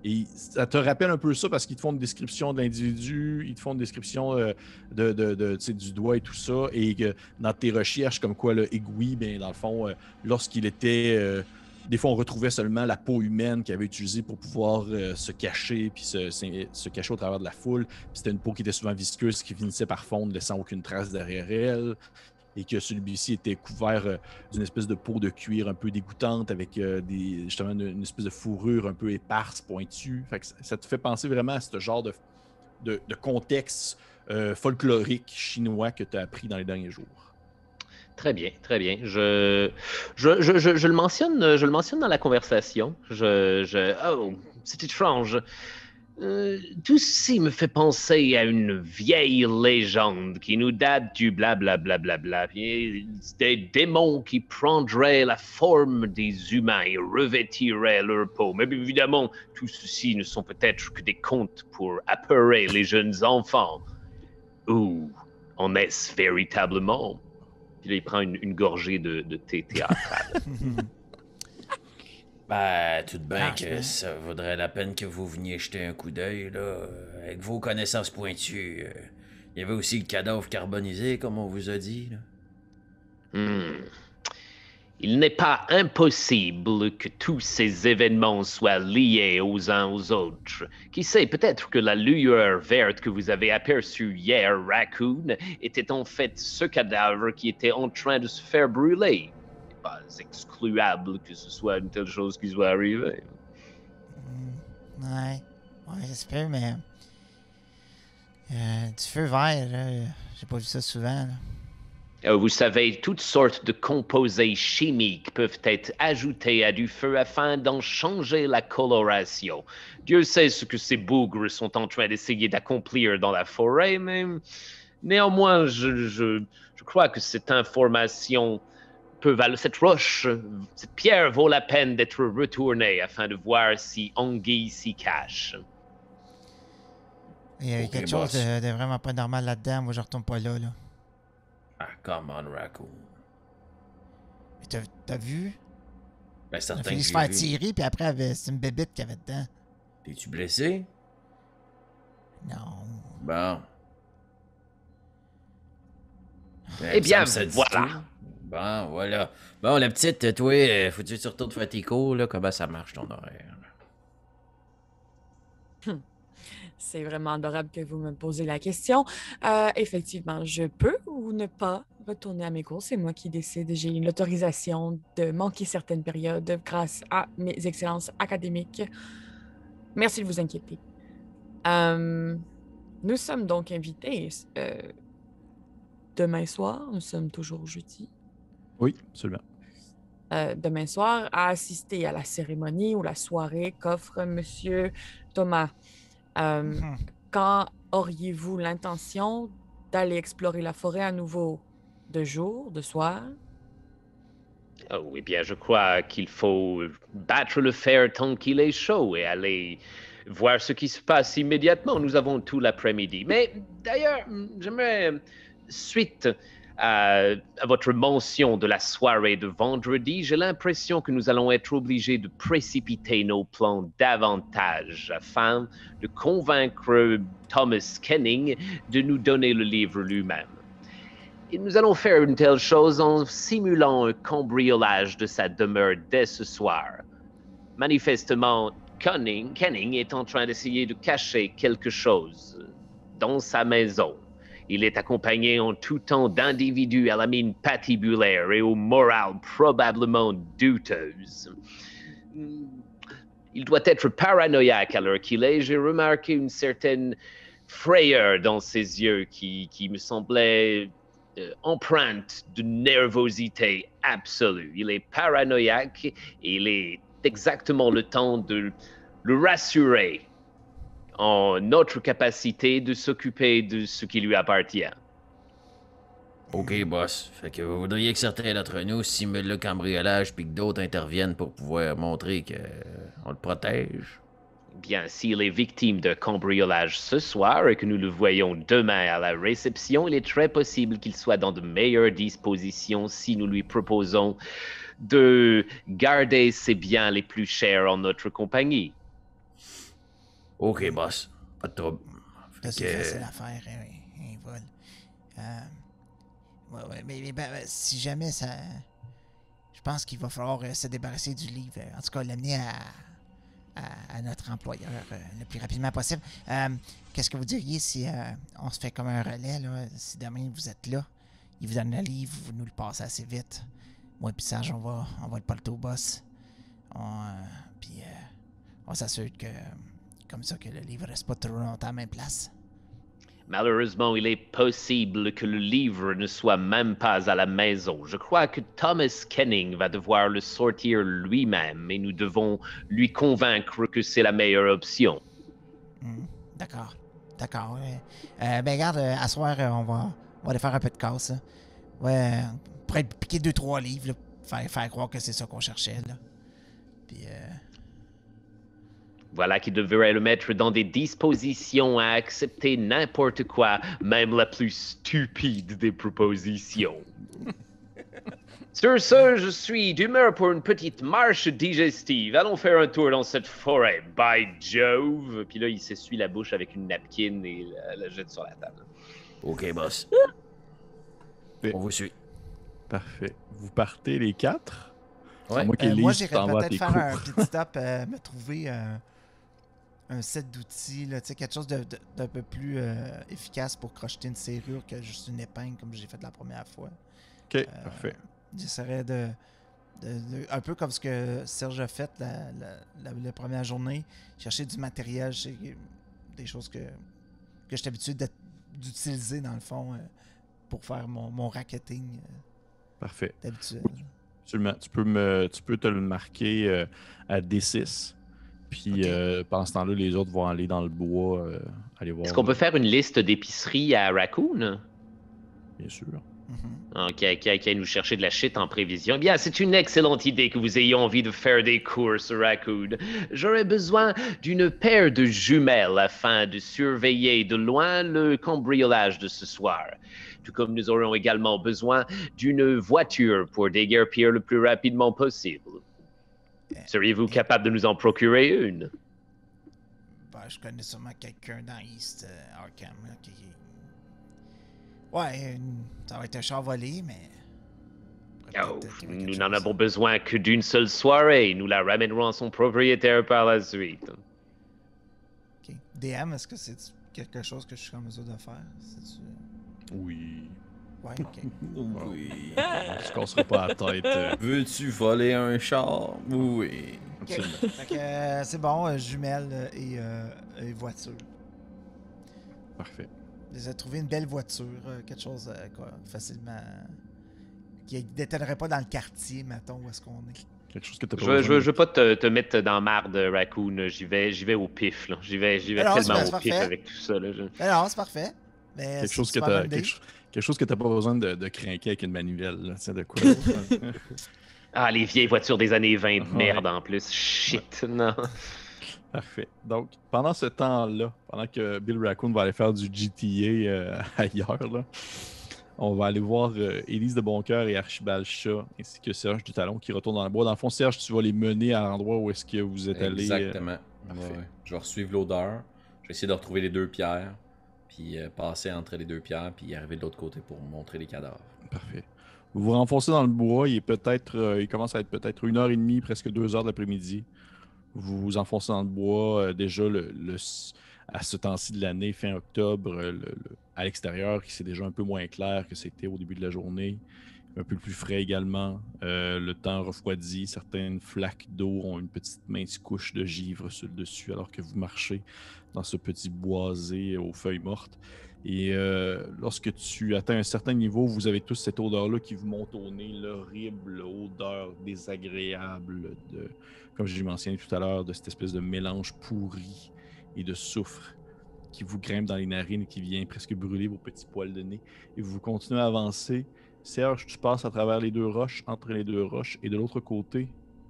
Et ça te rappelle un peu ça parce qu'ils te font une description de l'individu, ils te font une description du doigt et tout ça. Et que dans tes recherches, comme quoi le Egui, bien, dans le fond, lorsqu'il était... des fois, on retrouvait seulement la peau humaine qu'il avait utilisée pour pouvoir se cacher puis se cacher au travers de la foule. Puis c'était une peau qui était souvent visqueuse, qui finissait par fondre, laissant aucune trace derrière elle. Et que celui-ci était couvert d'une espèce de peau de cuir un peu dégoûtante avec justement une espèce de fourrure un peu éparse, pointue. Fait que ça te fait penser vraiment à ce genre de contexte folklorique chinois que tu as appris dans les derniers jours. Très bien, très bien. Je le mentionne dans la conversation. Oh, c'est étrange. Tout ceci me fait penser à une vieille légende qui nous date du blablabla. Des démons qui prendraient la forme des humains et revêtiraient leur peau. Mais évidemment, tout ceci ne sont peut-être que des contes pour apeurer les jeunes enfants. Ou en est-ce véritablement? Puis là, il prend une gorgée de thé théâtral. Ben, tout de bien que ça vaudrait la peine que vous veniez jeter un coup d'œil, là. Avec vos connaissances pointues. Il y avait aussi le cadavre carbonisé, comme on vous a dit, là. Il n'est pas impossible que tous ces événements soient liés aux uns aux autres. Qui sait, peut-être que la lueur verte que vous avez aperçue hier, Raccoon, était en fait ce cadavre qui était en train de se faire brûler. Pas excluable que ce soit une telle chose qui soit arrivée. Ouais, j'espère, mais... du feu vert, là, j'ai pas vu ça souvent, là. Vous savez, toutes sortes de composés chimiques peuvent être ajoutés à du feu afin d'en changer la coloration. Dieu sait ce que ces bougres sont en train d'essayer d'accomplir dans la forêt, mais néanmoins, je crois que cette information... cette roche, cette pierre vaut la peine d'être retournée afin de voir si Anguille s'y cache. Il y a quelque chose de vraiment pas normal là-dedans. Moi, je retourne pas là. Ah, come on, Raccoon. Mais t'as vu? Ben, certain que j'ai vu. Il se faire tirer, puis après, c'est une bébête qu'il y avait dedans. T'es-tu blessé? Non. Bon. Eh bien, voilà. Bon, voilà. Bon, la petite, toi, faut-tu que tu retournes faire tes cours, là? Comment ça marche, ton horaire? C'est vraiment adorable que vous me posez la question. Effectivement, je peux ou ne pas retourner à mes cours. C'est moi qui décide. J'ai l'autorisation de manquer certaines périodes grâce à mes excellences académiques. Merci de vous inquiéter. Nous sommes donc invités demain soir. Nous sommes toujours jeudi. Oui, absolument. Demain soir, à assister à la cérémonie ou la soirée qu'offre Monsieur Thomas. Quand auriez-vous l'intention d'aller explorer la forêt à nouveau? De jour, de soir? Oh, eh bien, je crois qu'il faut battre le fer tant qu'il est chaud et aller voir ce qui se passe immédiatement. Nous avons tout l'après-midi. Mais d'ailleurs, j'aimerais, suite à votre mention de la soirée de vendredi, j'ai l'impression que nous allons être obligés de précipiter nos plans davantage afin de convaincre Thomas Kenning de nous donner le livre lui-même. Et nous allons faire une telle chose en simulant un cambriolage de sa demeure dès ce soir. Manifestement, Kenning est en train d'essayer de cacher quelque chose dans sa maison. Il est accompagné en tout temps d'individus à la mine patibulaire et au moral probablement douteuse. Il doit être paranoïaque à l'heure qu'il est. J'ai remarqué une certaine frayeur dans ses yeux qui me semblait empreinte de nervosité absolue. Il est paranoïaque et il est exactement le temps de le rassurer en notre capacité de s'occuper de ce qui lui appartient. Ok, boss. Fait que vous voudriez que certains d'entre nous simulent le cambriolage puis que d'autres interviennent pour pouvoir montrer qu'on le protège? Bien, s'il est victime de cambriolage ce soir et que nous le voyons demain à la réception, il est très possible qu'il soit dans de meilleures dispositions si nous lui proposons de garder ses biens les plus chers en notre compagnie. Ok, boss. Pas de trouble. Ça, c'est facile à faire, un vol. Ouais, mais si jamais ça... Je pense qu'il va falloir se débarrasser du livre. En tout cas, l'amener à notre employeur le plus rapidement possible. Qu'est-ce que vous diriez si on se fait comme un relais, là? Si demain vous êtes là, il vous donne le livre, vous nous le passez assez vite. Moi et Serge, on va le porter au boss. Puis on s'assure que, comme ça, que le livre reste pas trop longtemps à la même place. Malheureusement, il est possible que le livre ne soit même pas à la maison. Je crois que Thomas Kenning va devoir le sortir lui-même et nous devons lui convaincre que c'est la meilleure option. D'accord. Ben regarde, à soir, on va aller faire un peu de casse. Là. Ouais, on pourrait piquer 2-3 livres, là, faire croire que c'est ça qu'on cherchait. Là. Puis, Voilà qui devrait le mettre dans des dispositions à accepter n'importe quoi, même la plus stupide des propositions. Sur ce, je suis d'humeur pour une petite marche digestive. Allons faire un tour dans cette forêt. By Jove! Puis là, il s'essuie la bouche avec une napkin et la jette sur la table. Ok, boss. On vous suit. Parfait. Vous partez les 4? Ouais. Moi, moi, j'irais peut-être faire un petit stop, me trouver un set d'outils, là, quelque chose d'un peu plus efficace pour crocheter une serrure que juste une épingle comme j'ai fait la première fois. Ok, parfait. J'essaierais un peu comme ce que Serge a fait la première journée, chercher du matériel, des choses que j'étais habitué d'utiliser dans le fond pour faire mon racketing Parfait. d'habitude. Absolument. Tu peux te le marquer à D6. Puis pendant ce temps-là, les autres vont aller dans le bois, aller voir. Est-ce qu'on peut faire une liste d'épicerie à Raccoon? Bien sûr. Qui aille nous chercher de la shit en prévision. Eh bien, c'est une excellente idée que vous ayez envie de faire des courses, Raccoon. J'aurais besoin d'une paire de jumelles afin de surveiller de loin le cambriolage de ce soir. Tout comme nous aurons également besoin d'une voiture pour déguerpir le plus rapidement possible. Seriez-vous capable de nous en procurer une? Ben, je connais sûrement quelqu'un dans East Arkham là, qui... Ouais, ça va être un char volé, mais... Oh, nous n'en avons besoin que d'une seule soirée. Nous la ramènerons à son propriétaire par la suite. Ok. DM, est-ce que c'est quelque chose que je suis en mesure de faire? Oui. Ouais, ok. Oui. On se cassera pas la tête. Veux-tu voler un char? Oui. Absolument. Fait que c'est bon, jumelles et voiture. Parfait. J'ai trouvé une belle voiture, quelque chose facilement... qui ne déteinerait pas dans le quartier, mettons, où est-ce qu'on est. Quelque chose que tu Je veux pas te mettre dans marde, Raccoon. J'y vais au pif, là. J'y vais tellement au pif avec tout ça, là. Non, c'est parfait. Mais quelque chose que t'as pas besoin de craquer avec une manivelle, là. Tu sais de quoi? Ah, les vieilles voitures des années 20 de merde en plus. Shit, non. Parfait. Donc, pendant ce temps-là, pendant que Bill Raccoon va aller faire du GTA ailleurs, là, on va aller voir Élise de Boncoeur et Archibald Chat, ainsi que Serge du Talon qui retourne dans le bois. Dans le fond, Serge, tu vas les mener à l'endroit où est-ce que vous êtes allé. Exactement. Parfait. Ouais. Je vais suivre l'odeur. Je vais essayer de retrouver les 2 pierres. Puis passer entre les 2 pierres. Puis arriver de l'autre côté pour montrer les cadavres. Parfait. Vous vous renfoncez dans le bois. Il commence à être peut-être 1h30, presque 2h de l'après-midi. Vous vous enfoncez dans le bois. Déjà, à ce temps-ci de l'année, fin octobre, à l'extérieur, c'est déjà un peu moins clair que c'était au début de la journée. Un peu plus frais également. Le temps refroidit. Certaines flaques d'eau ont une petite mince couche de givre sur le dessus alors que vous marchez dans ce petit boisé aux feuilles mortes. Et lorsque tu atteins un certain niveau, vous avez tous cette odeur-là qui vous monte au nez, l'horrible odeur désagréable comme je l'ai mentionné tout à l'heure, de cette espèce de mélange pourri et de soufre qui vous grimpe dans les narines et qui vient presque brûler vos petits poils de nez. Et vous continuez à avancer. Serge, tu passes à travers les 2 roches, entre les 2 roches, et de l'autre côté,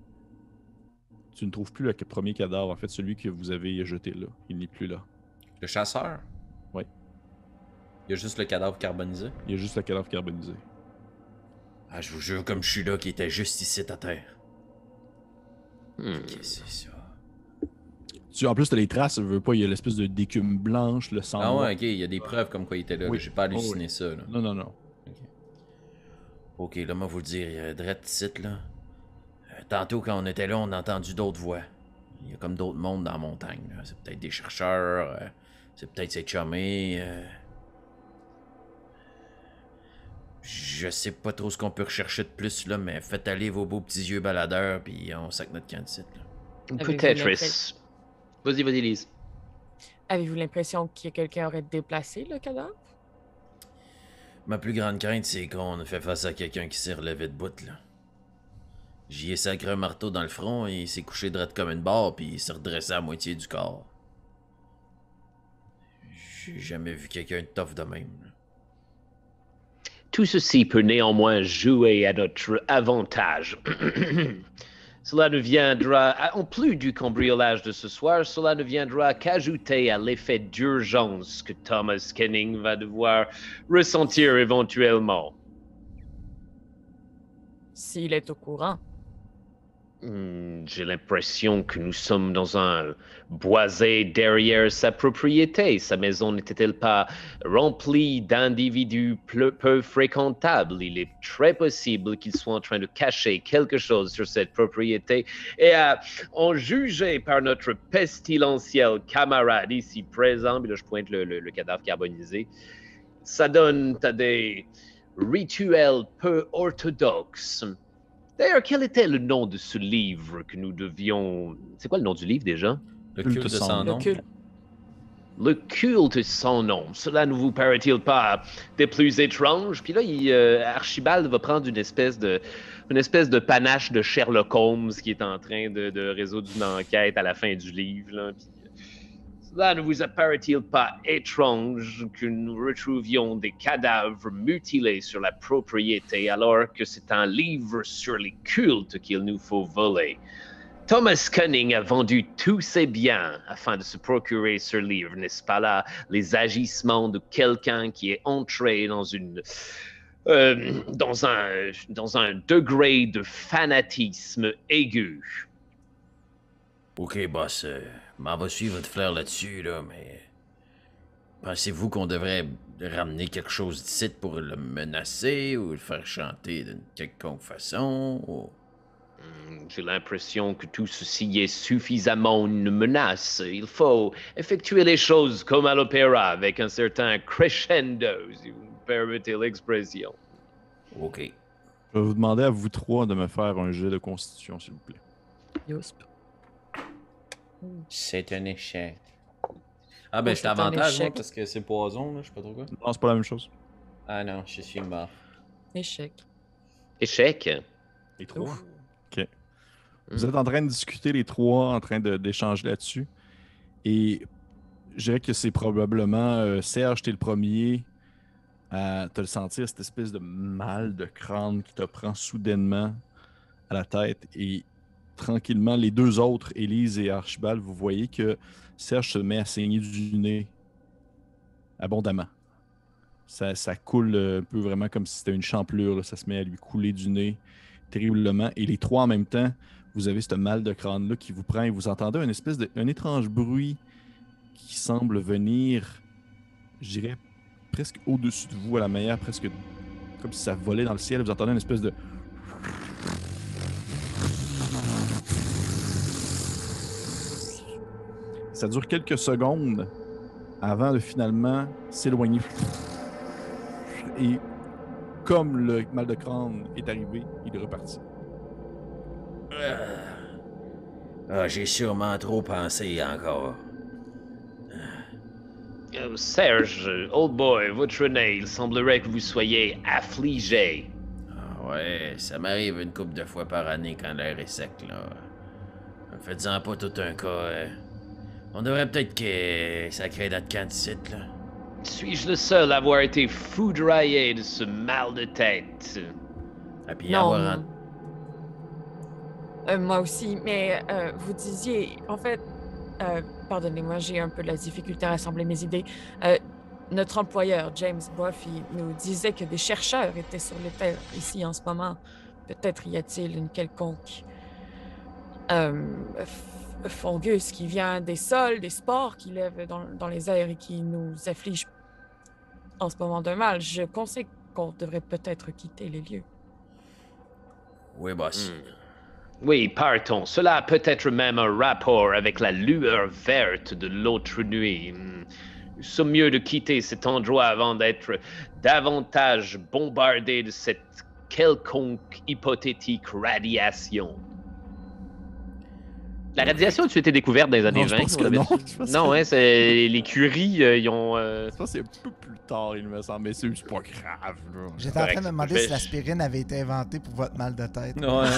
tu ne trouves plus le premier cadavre, en fait, celui que vous avez jeté là. Il n'est plus là. Le chasseur? Oui. Il y a juste le cadavre carbonisé? Il y a juste le cadavre carbonisé. Ah, je vous jure, comme je suis là, qui était juste ici à terre. Qu'est-ce que c'est ça? En plus, t'as les traces, je veux pas, il y a l'espèce de d'écume blanche, le sang. Ah noir. ouais, ok, il y a des preuves comme quoi il était là. Oui. J'ai pas halluciné oui. ça. Là. Non. Ok, là, moi, vous le dire, drette site, là. Tantôt, quand on était là, on a entendu d'autres voix. Il y a comme d'autres mondes dans la montagne. Là. C'est peut-être des chercheurs, c'est peut-être ses chummés. Je sais pas trop ce qu'on peut rechercher de plus, là, mais faites aller vos beaux petits yeux baladeurs, puis on sac notre camp de site, là. Peut-être. l'impression- Vas-y, Lise. Avez-vous l'impression que quelqu'un aurait déplacé le cadavre? Ma plus grande crainte, c'est qu'on fait face à quelqu'un qui s'est relevé de bout, là. J'y ai sacré un marteau dans le front et il s'est couché droit comme une barre puis il s'est redressé à moitié du corps. J'ai jamais vu quelqu'un de tough de même. Là. Tout ceci peut néanmoins jouer à notre avantage. Cela ne viendra, en plus du cambriolage de ce soir, cela ne viendra qu'ajouter à l'effet d'urgence que Thomas Kenning va devoir ressentir éventuellement. S'il est au courant. J'ai l'impression que nous sommes dans un boisé derrière sa propriété. Sa maison n'était-elle pas remplie d'individus peu fréquentables? Il est très possible qu'il soit en train de cacher quelque chose sur cette propriété. Et en juger par notre pestilentiel camarade ici présent, puis là je pointe le cadavre carbonisé, ça donne à des rituels peu orthodoxes. D'ailleurs, quel était le nom de ce livre que nous devions... C'est quoi le nom du livre déjà? Le culte de sans nom. Le culte sans nom. Cela ne vous paraît-il pas des plus étranges? Puis là, Archibald va prendre une espèce de panache de Sherlock Holmes qui est en train de résoudre une enquête à la fin du livre. Là. Puis, cela ne vous apparaît-il pas étrange que nous retrouvions des cadavres mutilés sur la propriété alors que c'est un livre sur les cultes qu'il nous faut voler? Thomas Kenning a vendu tous ses biens afin de se procurer ce livre, n'est-ce pas là les agissements de quelqu'un qui est entré dans un degré de fanatisme aigu? Ok, boss, m'en va suivre votre frère là-dessus, là, mais... Pensez-vous qu'on devrait ramener quelque chose d'ici pour le menacer ou le faire chanter d'une quelconque façon, ou... J'ai l'impression que tout ceci est suffisamment une menace. Il faut effectuer les choses comme à l'opéra, avec un certain crescendo, si vous me permettez l'expression. Ok. Je vais vous demander à vous trois de me faire un jet de constitution, s'il vous plaît. Yosp. C'est un échec. Ah ben, Oh, j'ai c'est un avantage, moi, échec. parce que c'est poison, là, je sais pas trop quoi. Non, c'est pas la même chose. Ah non, je suis mort. Échec. Échec. Les trois. Ouf. OK. Vous êtes en train de discuter, les trois, en train d'échanger là-dessus. Et je dirais que c'est probablement Serge, t'es le premier à te le sentir, cette espèce de mal de crâne qui te prend soudainement à la tête. Et tranquillement, les deux autres, Élise et Archibald, vous voyez que Serge se met à saigner du nez abondamment. Ça coule un peu vraiment comme si c'était une champlure. Là. Ça se met à lui couler du nez terriblement. Et les trois en même temps, vous avez ce mal de crâne-là qui vous prend et vous entendez un étrange bruit qui semble venir, je dirais, presque au-dessus de vous, à la manière presque comme si ça volait dans le ciel. Vous entendez une espèce de... Ça dure quelques secondes avant de finalement s'éloigner. Et comme le mal de crâne est arrivé, il est reparti. J'ai sûrement trop pensé encore. Serge, old boy, votre nez, il semblerait que vous soyez affligé. Ah ouais, ça m'arrive une couple de fois par année quand l'air est sec, là. Faites-en pas tout un cas. On devrait peut-être que ça crée notre camp d'ici, là. Suis-je le seul à avoir été foudroyé de ce mal de tête? Et puis Non. avoir... Moi aussi, mais vous disiez, en fait, pardonnez-moi, j'ai un peu de la difficulté à rassembler mes idées. Notre employeur, James Buffy, nous disait que des chercheurs étaient sur les terres ici en ce moment. Peut-être y a-t-il une quelconque fungus qui vient des sols, des spores qui lèvent dans les airs et qui nous affligent en ce moment d'un mal. Je conseille qu'on devrait peut-être quitter les lieux. Oui, boss. Oui, partons. Cela a peut-être même un rapport avec la lueur verte de l'autre nuit. Nous sommes mieux de quitter cet endroit avant d'être davantage bombardés de cette quelconque hypothétique radiation. La radiation a-tu été découverte dans les années Non, je 20? pense que non. Je pense Non, que- hein, c'est les Curie, ils ont... Je pense que c'est un peu plus tard, il me semble, mais c'est pas grave. Là. J'étais en train de me Correct. demander Je si vais- l'aspirine avait été inventée pour votre mal de tête. Ouais.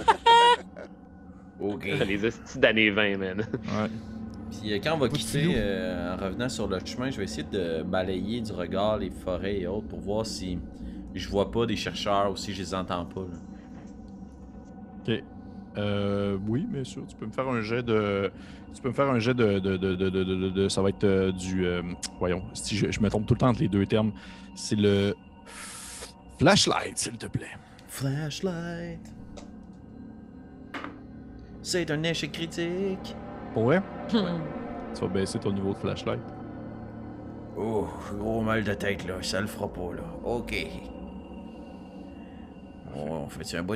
OK. Les hosties d'années 20, man. Ouais. Puis quand on va Pas de quitter, filou. en revenant sur le chemin, je vais essayer de balayer du regard les forêts et autres pour voir si je vois pas des chercheurs ou si je les entends pas. Là. Ok. Oui, bien sûr. Tu peux me faire un jet de. Tu peux me faire un jet de ça va être du. Voyons, si je me trompe tout le temps entre les deux termes. C'est le. Flashlight, s'il te plaît. Flashlight. C'est un échec critique. Pour vrai? Tu vas baisser ton niveau de flashlight. Oh, gros mal de tête là, ça le fera pas là. Ok. On fait un bout.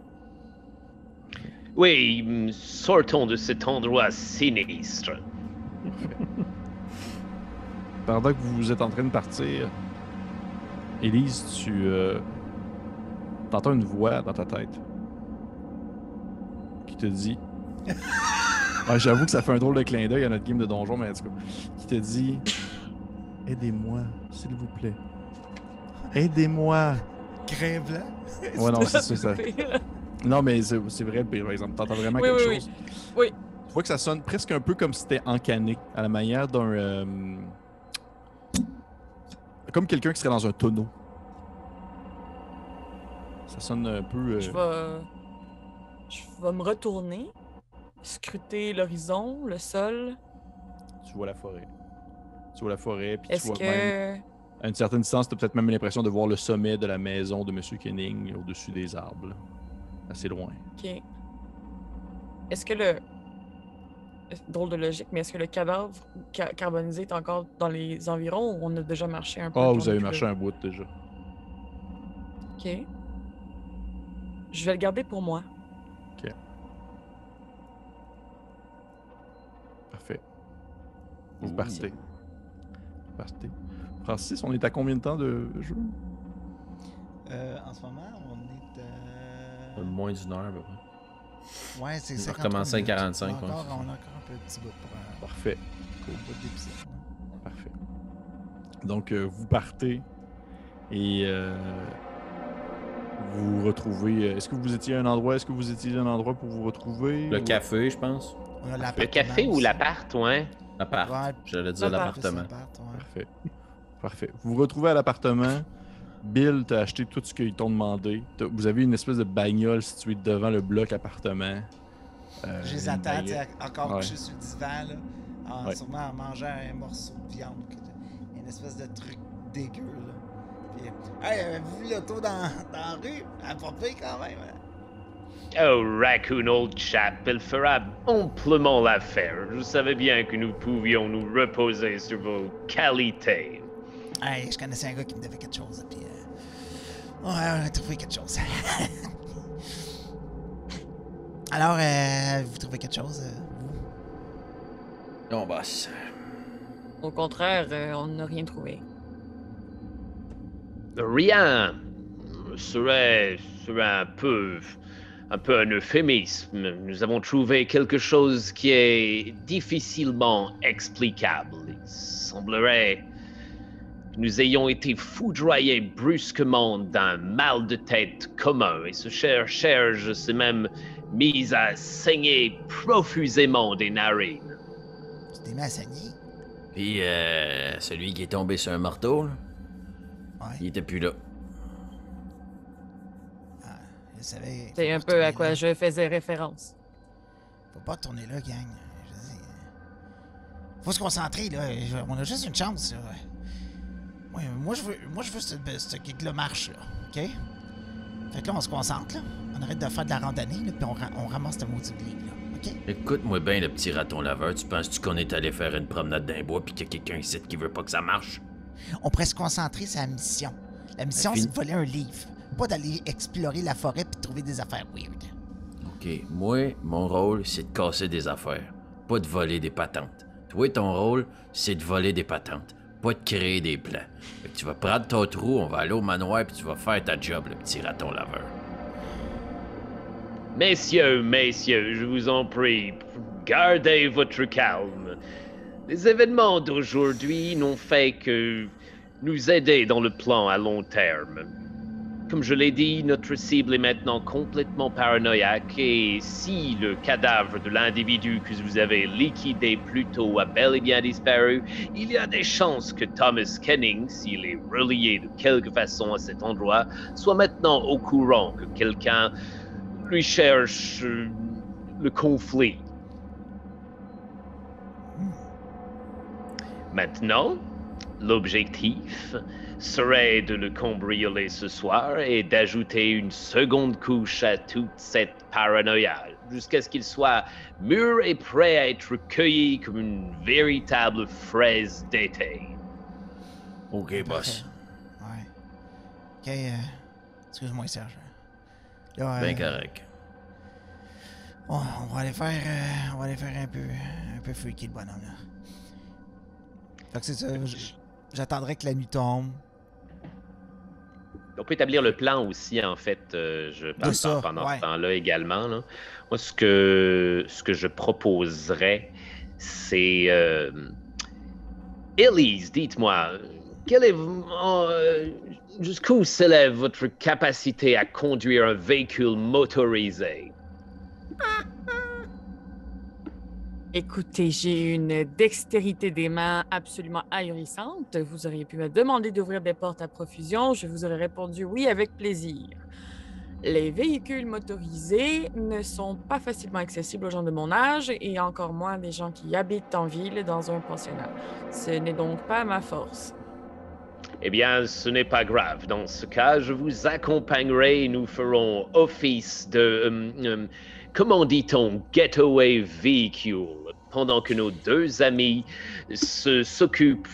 Oui, sortons de cet endroit sinistre. Pendant que vous êtes en train de partir, Élise, tu entends une voix dans ta tête qui te dit. Ouais, j'avoue que ça fait un drôle de clin d'œil à notre game de donjon, mais en tout cas, qui te dit aidez-moi, s'il vous plaît. Aidez-moi. Grain blanc. Ouais, non, c'est ça. Non, mais c'est vrai, par exemple. T'entends vraiment Oui, quelque oui, chose. oui. Tu vois que ça sonne presque un peu comme si c'était encané, à la manière d'un. Comme quelqu'un qui serait dans un tonneau. Ça sonne un peu. Je vais me retourner, scruter l'horizon, le sol. Tu vois la forêt. Tu vois la forêt, puis tu Est-ce vois que... même. À une certaine distance, tu as peut-être même l'impression de voir le sommet de la maison de M. Kenning au-dessus des arbres. Là. Assez loin. Ok. Est-ce que le... Drôle de logique, mais est-ce que le cadavre carbonisé est encore dans les environs ou on a déjà marché un peu? Ah, puis vous on est avez plus marché là? un bout déjà. Ok. Je vais le garder pour moi. Parfait. Vous Ouh. partez. Francis, on est à combien de temps de jeu? En ce moment, on est. Moins d'une heure, à peu près. Ouais, c'est On va 53 recommencer à minutes. 45, On a ouais. encore un peu de petit bout pour Parfait. un bout d'épisode. là. Parfait. Donc, vous partez et vous vous retrouvez. Est-ce que vous étiez à un endroit? Est-ce que vous étiez à un endroit pour vous retrouver? Le ou- café, je pense. On a Le l'appartement café ou aussi. l'appart, ouais? L'appart. Ouais, J'allais dire L'appart. l'appartement. l'appart, ouais. Parfait. Parfait. Vous vous retrouvez à l'appartement. Bill t'a acheté tout ce qu'ils t'ont demandé. Vous avez une espèce de bagnole située devant le bloc appartement. Je les une attends, baguette. tu sais, encore Ouais. couchés sur le divan, là, Ouais. sûrement en mangeant un morceau de viande. Une espèce de truc dégueu, là. Puis, hey, avez-vous vu l'auto dans la rue? Elle a pas payé quand même, hein? Oh, Raccoon, old chap, elle fera amplement l'affaire. Je savais bien que nous pouvions nous reposer sur vos qualités. Hey, je connaissais un gars qui me devait quelque chose, puis... ouais, on a trouvé quelque chose. Alors, vous trouvez quelque chose, vous? Non, boss. Au contraire, on n'a rien trouvé. Rien serait un peu un euphémisme. Nous avons trouvé quelque chose qui est difficilement explicable. Il semblerait que nous ayons été foudroyés brusquement d'un mal de tête commun et ce cher Cherge s'est même mis à saigner profusément des narines. Tu t'es mis à saigner? Puis, celui qui est tombé sur un marteau, là, Ouais. il était plus là. Je savais... C'est un peu à quoi je faisais référence. Faut pas tourner là, gang. Je veux dire, faut se concentrer, là. On a juste une chance, là. Ouais, moi, je veux ce gig-là marche, là. OK? Fait que là, on se concentre, là. On arrête de faire de la randonnée, là, puis on ramasse ce maudit livre, là. OK. Écoute-moi bien, le petit raton laveur. Tu penses-tu qu'on est allé faire une promenade dans les bois pis qu'il y a quelqu'un ici qui veut pas que ça marche? On pourrait se concentrer sur la mission. La mission, c'est de voler un livre. Pas d'aller explorer la forêt puis trouver des affaires weird. OK. Moi, mon rôle, c'est de casser des affaires. Pas de voler des patentes. Toi, ton rôle, c'est de voler des patentes. Pas de créer des plans. Fait que tu vas prendre ton trou, on va aller au manoir puis tu vas faire ta job, le petit raton laveur. Messieurs, je vous en prie, gardez votre calme. Les événements d'aujourd'hui n'ont fait que nous aider dans le plan à long terme. Comme je l'ai dit, notre cible est maintenant complètement paranoïaque et si le cadavre de l'individu que vous avez liquidé plus tôt a bel et bien disparu, il y a des chances que Thomas Kenning, s'il est relié de quelque façon à cet endroit, soit maintenant au courant que quelqu'un lui cherche le conflit. Maintenant, l'objectif serait de le cambrioler ce soir et d'ajouter une seconde couche à toute cette paranoïa, jusqu'à ce qu'il soit mûr et prêt à être cueilli comme une véritable fraise d'été. OK, boss. Ouais. OK, excuse-moi, Serge. Là, Ben correct. on va aller faire un peu freaky le bonhomme, là. Fait que c'est ça, j'attendrai que la nuit tombe. On peut établir le plan aussi, en fait, je pense, pendant ce temps-là également. Là. Moi, ce que je proposerais, c'est... Elise, dites-moi, jusqu'où s'élève votre capacité à conduire un véhicule motorisé? Écoutez, j'ai une dextérité des mains absolument ahurissante. Vous auriez pu me demander d'ouvrir des portes à profusion. Je vous aurais répondu oui avec plaisir. Les véhicules motorisés ne sont pas facilement accessibles aux gens de mon âge et encore moins des gens qui habitent en ville dans un pensionnat. Ce n'est donc pas ma force. Eh bien, ce n'est pas grave. Dans ce cas, je vous accompagnerai et nous ferons office de... comment dit-on, getaway vehicle, pendant que nos deux amis s'occupent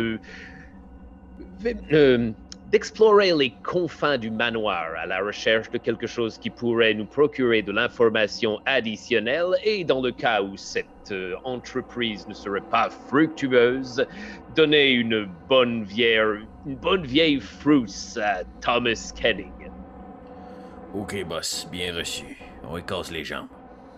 d'explorer les confins du manoir à la recherche de quelque chose qui pourrait nous procurer de l'information additionnelle et dans le cas où cette entreprise ne serait pas fructueuse, donner une bonne vieille frousse à Thomas Kenning. OK, boss, bien reçu. On y casse les jambes.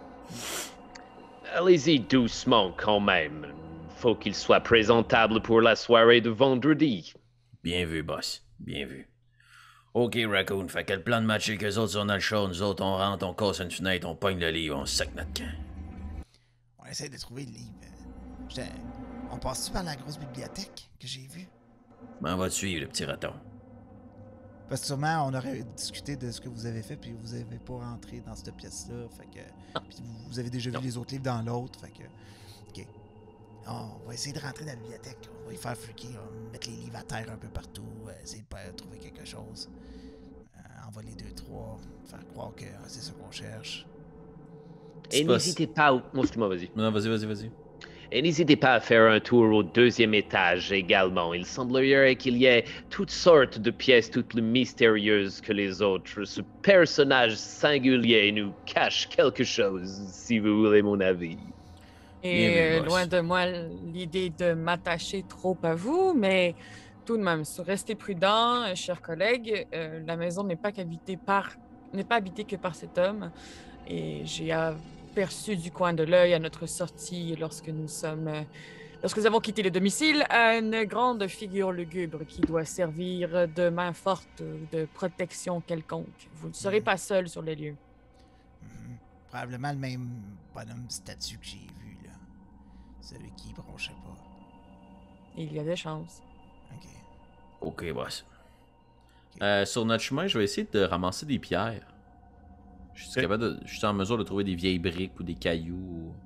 Allez-y doucement quand même. Faut qu'il soit présentable pour la soirée de vendredi. Bien vu, boss. Bien vu. OK, Raccoon, fait que le plan de match est qu'eux autres sont dans le show, nous autres on rentre, on casse une fenêtre, on pogne le livre, on sac notre camp. On essaie de trouver le livre. On passe-tu par la grosse bibliothèque que j'ai vue? Ben, on va te suivre, le petit raton. Parce que sûrement, on aurait discuté de ce que vous avez fait, puis vous avez pas rentré dans cette pièce-là. Fait que. Puis vous avez déjà vu les autres livres dans l'autre. Fait que. OK. On va essayer de rentrer dans la bibliothèque. On va y faire freaker. On va mettre les livres à terre un peu partout. Essayer de trouver quelque chose. Envoyer 2-3. Faire croire que c'est ça qu'on cherche. Et n'hésitez pas... Excuse-moi, vas-y. Non, vas-y. Et n'hésitez pas à faire un tour au deuxième étage également. Il semblerait qu'il y ait toutes sortes de pièces toutes plus mystérieuses que les autres. Ce personnage singulier nous cache quelque chose, si vous voulez mon avis. Et loin de moi l'idée de m'attacher trop à vous, mais tout de même, restez prudents, chers collègues. La maison n'est pas habitée que par cet homme. Et j'ai aperçu du coin de l'œil à notre sortie lorsque nous avons quitté le domicile, une grande figure lugubre qui doit servir de main forte de protection quelconque. Vous ne serez pas seul sur les lieux. Probablement le même bonhomme statue que j'ai vu, là. Celui qui bronchait pas. Il y a des chances. OK, boss. Sur notre chemin, je vais essayer de ramasser des pierres. Je suis en mesure de trouver des vieilles briques ou des cailloux.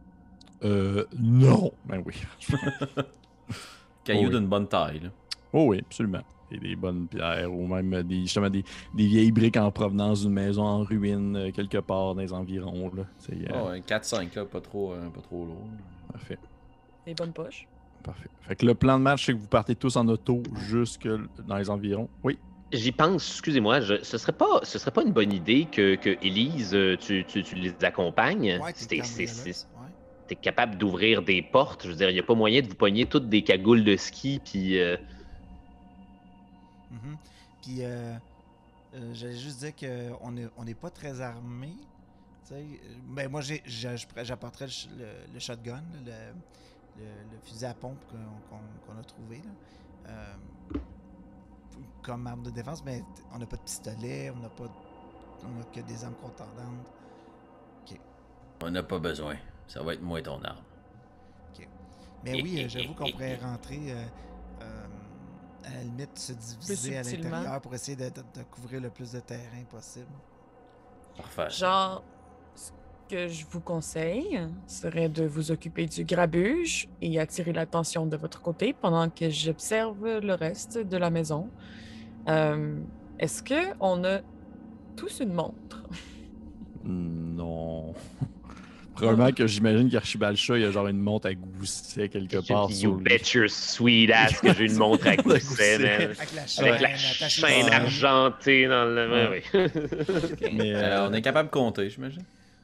Non. Ben oui. Cailloux oui. d'une bonne taille, là. Oh oui, absolument. des bonnes pierres, ou même justement des vieilles briques en provenance d'une maison en ruine, quelque part dans les environs. Là. Ouais, 4-5, là, pas trop lourd. Parfait. Des bonnes poches. Parfait. Fait que le plan de match, c'est que vous partez tous en auto jusque dans les environs. Oui. J'y pense, excusez-moi, ce serait pas une bonne idée que Élise, tu les accompagnes. Ouais, t'es Si cambrioleuse, ouais. t'es capable d'ouvrir des portes, je veux dire, il n'y a pas moyen de vous pogner toutes des cagoules de ski, puis... Mhm. Puis, j'allais juste dire qu'on n'est pas très armés. Ben, moi, j'apporterais le shotgun, le fusil à pompe qu'on a trouvé. Là. Comme arme de défense, mais on n'a pas de pistolet, on a que des armes concordantes. OK. On n'a pas besoin. Ça va être moi et ton arme. OK. Mais oui, j'avoue qu'on pourrait rentrer, à la limite, se diviser à subtilement. l'intérieur pour essayer de couvrir le plus de terrain possible. Parfait. Genre, ce que je vous conseille serait de vous occuper du grabuge et attirer l'attention de votre côté pendant que j'observe le reste de la maison. Est-ce qu'on a tous une montre? Non. Probablement que j'imagine qu'Archibald Chat, il y a genre une montre à gousset quelque part. You bet your sweet ass que j'ai une montre à gousset, man. Avec la Avec la attachée chaîne sur- argentée dans le... Ouais. Oui. Mais, On est capable de compter, j'imagine.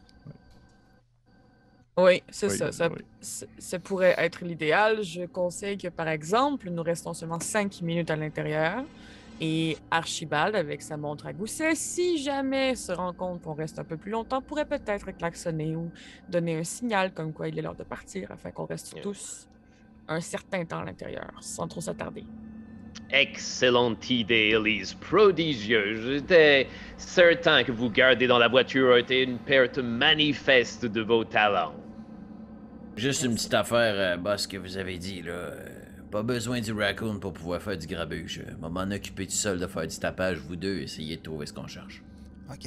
Oui, c'est Oui, ça. oui. Ça pourrait être l'idéal. Je conseille que, par exemple, nous restons seulement 5 minutes à l'intérieur. Et Archibald, avec sa montre à gousset, si jamais se rend compte qu'on reste un peu plus longtemps, pourrait peut-être klaxonner ou donner un signal comme quoi il est l'heure de partir, afin qu'on reste tous un certain temps à l'intérieur, sans trop s'attarder. Excellente idée, Elise. Prodigieux. J'étais certain que vous gardez dans la voiture a été une perte manifeste de vos talents. Juste une petite affaire, boss, que vous avez dit, là. Pas besoin du raccoon pour pouvoir faire du grabuge. On va m'en occuper tout seul de faire du tapage, vous deux, essayez de trouver ce qu'on cherche. OK.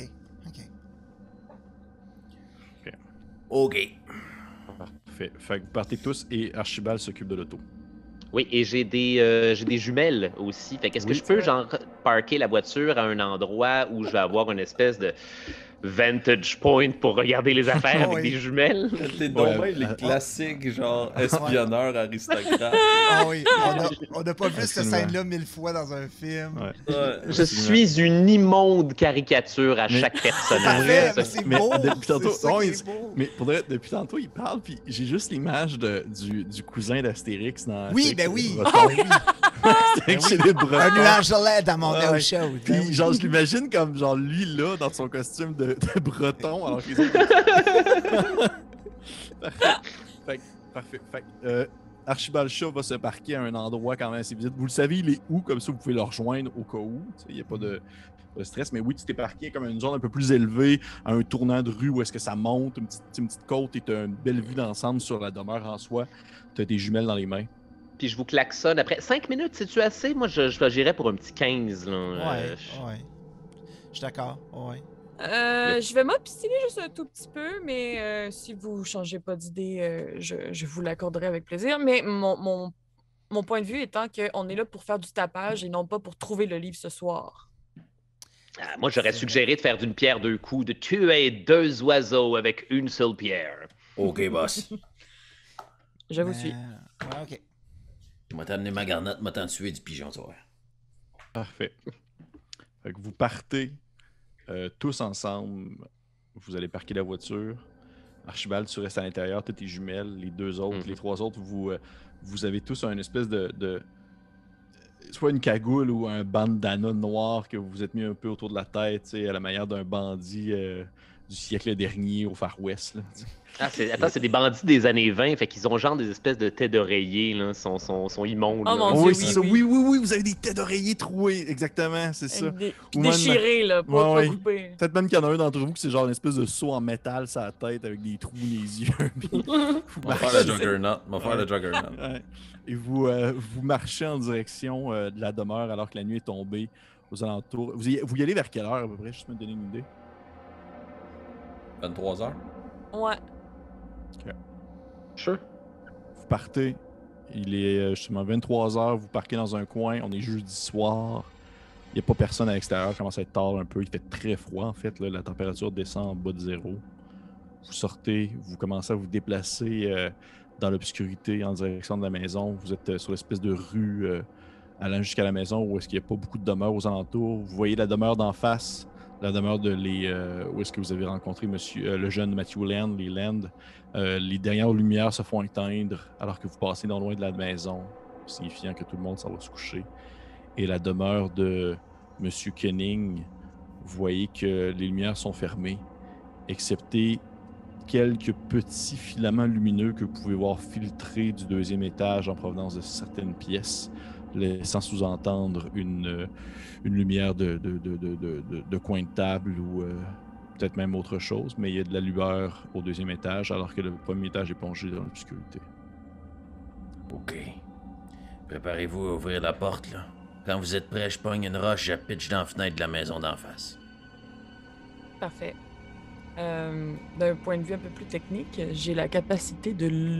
OK. Parfait. Fait que vous partez tous et Archibald s'occupe de l'auto. Oui, et j'ai des jumelles aussi. Fait qu'est-ce que je peux, genre, parker la voiture à un endroit où je vais avoir une espèce de vantage point pour regarder les affaires avec Oui. des jumelles? T'es donc les classiques, genre, espionneurs, aristocrates. Ah oui, on n'a pas vu cette Absolument. scène-là 1000 fois dans un film. Ouais. Je suis une immonde caricature à chaque personnage. Parfait, vrai, mais c'est mais beau! depuis tantôt- C'est ça qui ouais, est beau. Mais pour vrai, depuis tantôt, il parle, puis j'ai juste l'image du cousin d'Astérix dans. Oui, ben oui! Breton. Ah oui. Astérix chez les Bretons. Un nuage de lait dans mon Ouais, eau ouais. chaude. Puis, Ben oui. genre, je l'imagine comme, genre, lui, là, dans son costume de breton, alors que les autres... Parfait. Fait que, Archibald Chat va se parquer à un endroit quand même assez visible. Vous le savez, il est où, comme ça, vous pouvez le rejoindre au cas où. Il n'y a pas de stress. Mais oui, tu t'es parqué comme une zone un peu plus élevée, à un tournant de rue où est-ce que ça monte, une petite côte, et tu as une belle vue d'ensemble sur la demeure en soi. Tu as tes jumelles dans les mains. Puis je vous klaxonne après. 5 minutes, c'est-tu assez? Moi, j'irais pour un petit 15. Là. Ouais. Je suis d'accord. Ouais. Je vais m'obstiner juste un tout petit peu, mais si vous changez pas d'idée, je vous l'accorderai avec plaisir. Mais mon point de vue étant qu'on est là pour faire du tapage et non pas pour trouver le livre ce soir. Moi, j'aurais suggéré de faire d'une pierre deux coups, de tuer 2 oiseaux avec une seule pierre. OK, boss. Je vous suis. Ouais, OK. M'a t'amener ma garnotte, m'a t'en tuer du pigeon, tu vois. Parfait. Fait que vous partez tous ensemble. Vous allez parquer la voiture. Archibald, tu restes à l'intérieur. Tu as tes jumelles. Les 2 autres, les 3 autres, vous avez tous un espèce de soit une cagoule ou un bandana noir que vous vous êtes mis un peu autour de la tête, tu sais, à la manière d'un bandit du siècle dernier au Far West. Là, c'est des bandits des années 20, fait qu'ils ont genre des espèces de têtes d'oreiller, là, sont immondes. Oh là. mon Dieu, oui, oui, c'est ça. oui. Oui, vous avez des têtes d'oreiller trouées. Exactement, c'est ça. Puis Ou même- déchiré, là, pas Ouais. coupé. Peut-être même qu'il y en a un d'entre vous qui c'est genre une espèce de seau en métal sur la tête avec des trous dans les yeux. Puis vous On va faire marchez. le Juggernaut. On va faire le Juggernaut. Ouais. Et vous marchez en direction de la demeure alors que la nuit est tombée aux alentours. Vous y allez vers quelle heure à peu près? Juste me donner une idée. 23h. Ouais. Sure. Vous partez Il est justement 23h, vous parquez dans un coin, on est jeudi soir. Il n'y a pas personne à l'extérieur, il commence à être tard un peu, il fait très froid en fait, là, la température descend en bas de zéro. Vous sortez, vous commencez à vous déplacer dans l'obscurité en direction de la maison. Vous êtes sur l'espèce de rue allant jusqu'à la maison où est-ce qu'il n'y a pas beaucoup de demeures aux alentours. Vous voyez la demeure d'en face, la demeure de où est-ce que vous avez rencontré le jeune Matthew Land, les Land. Les dernières lumières se font éteindre alors que vous passez non loin de la maison, signifiant que tout le monde s'en va se coucher. Et la demeure de M. Kenning, vous voyez que les lumières sont fermées, excepté quelques petits filaments lumineux que vous pouvez voir filtrer du deuxième étage en provenance de certaines pièces, laissant sous-entendre une lumière de coin de table ou peut-être même autre chose, mais il y a de la lueur au deuxième étage alors que le premier étage est plongé dans l'obscurité. OK. Préparez-vous à ouvrir la porte, là. Quand vous êtes prêts, je pogne une roche, je pitch dans la fenêtre de la maison d'en face. Parfait. D'un point de vue un peu plus technique, j'ai la capacité de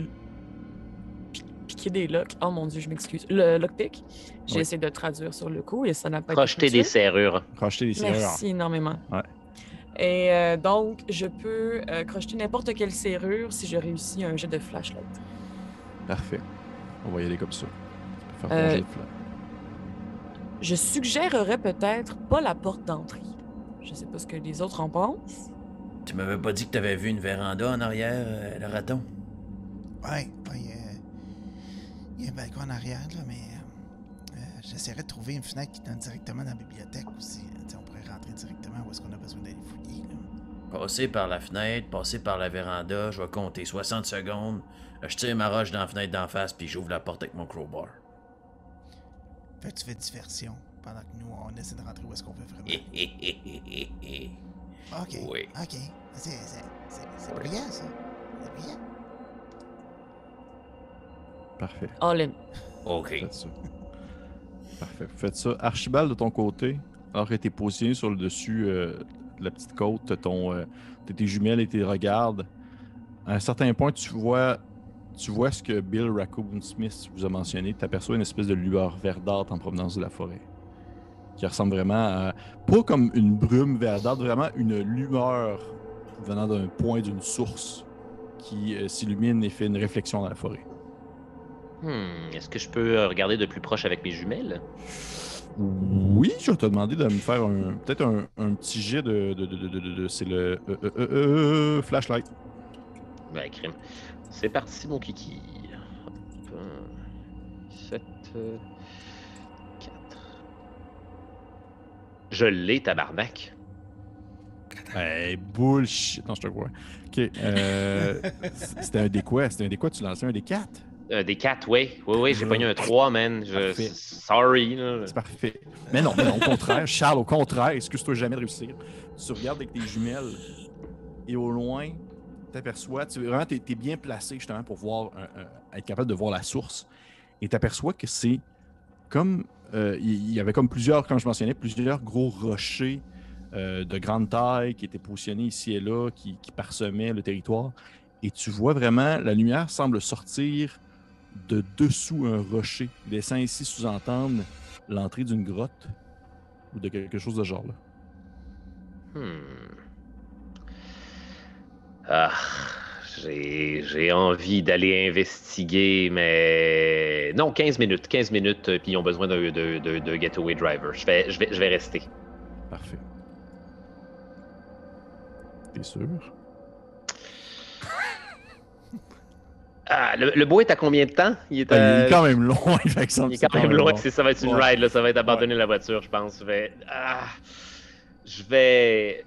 piquer des locks. Oh mon dieu, je m'excuse. Le lockpick. J'ai Oui. essayé de traduire sur le coup et ça n'a pas été Crocheter des fructueux. serrures. Crocheter des serrures. Merci énormément. Ouais. Et donc, je peux crocheter n'importe quelle serrure si je réussis un jet de flashlight. Parfait. On va y aller comme ça. Tu peux faire ton jet de flash. Je suggérerais peut-être pas la porte d'entrée. Je sais pas ce que les autres en pensent. Tu m'avais pas dit que t'avais vu une véranda en arrière, le raton? Ouais, il y a un balcon en arrière, là, mais j'essaierai de trouver une fenêtre qui donne directement dans la bibliothèque aussi. On pourrait rentrer directement où est-ce qu'on a besoin d'aller fouiller. Là. Passez par la fenêtre, passez par la véranda, je vais compter 60 secondes. Je tire ma roche dans la fenêtre d'en face, puis j'ouvre la porte avec mon crowbar. Fait que tu fais diversion pendant que nous, on essaie de rentrer où est-ce qu'on veut vraiment. OK. Oui. OK. C'est brillant, ça. C'est brillant. Parfait. All in. OK. Faites ça. Parfait. Vous faites ça. Archibald, de ton côté, alors que tu es positionné sur le dessus de la petite côte, t'as tes jumelles et tes regardes. À un certain point, tu vois ce que Bill Raccoon Smith vous a mentionné. Tu aperçois une espèce de lueur verdâtre en provenance de la forêt. Qui ressemble vraiment à... Pas comme une brume verdâtre, vraiment une lueur venant d'un point, d'une source qui s'illumine et fait une réflexion dans la forêt. Est-ce que je peux regarder de plus proche avec mes jumelles? Oui, je vais te demander de me faire peut-être un petit jet c'est le flashlight. Ben, crime. C'est parti, mon kiki. 7, 4. Je l'ai, tabarnak. Hey, bullshit. Non, je te crois. Ok. C'était un des quoi? C'était un des quoi? Tu lançais un des 4? Des 4, oui. Oui, j'ai pogné un 3, man. Parfait. Sorry. Là. C'est parfait. Mais non, au contraire. Charles, au contraire, excuse-toi jamais de réussir. Tu regardes avec tes jumelles et au loin, t'aperçois, t'es bien placé justement pour voir, être capable de voir la source. Et t'aperçois que c'est comme, il y avait comme comme je mentionnais, plusieurs gros rochers de grande taille qui étaient positionnés ici et là, qui parsemaient le territoire. Et tu vois vraiment, la lumière semble sortir de dessous un rocher, laissant ici sous-entendre l'entrée d'une grotte ou de quelque chose de ce genre-là. Ah, j'ai envie d'aller investiguer, mais... Non, 15 minutes, puis ils ont besoin de getaway driver. Je vais rester. Parfait. T'es sûr? Ah, le bois est à combien de temps? Il est, Il est quand même loin, par exemple. Il est quand même loin, ça va être une Ouais. ride, là, ça va être abandonner la voiture, je pense. Je vais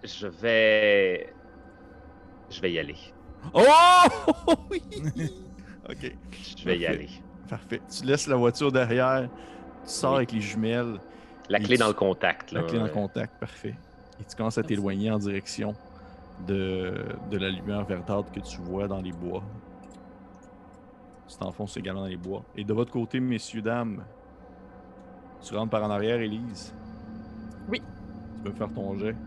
y aller. Oh! Oui! OK. Je vais y Parfait. aller. Parfait. Tu laisses la voiture derrière, tu sors Oui. avec les jumelles. La Et clé tu- dans le contact. La Là. clé dans le contact, parfait. Et tu commences à t'éloigner en direction de la lumière verdâtre que tu vois dans les bois. Tu t'enfonces également dans les bois. Et de votre côté, messieurs, dames, tu rentres par en arrière, Élise? Oui. Tu peux me faire ton jet?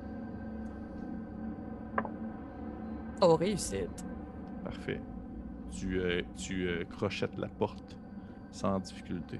Oh, réussite. Parfait. tu crochettes la porte sans difficulté.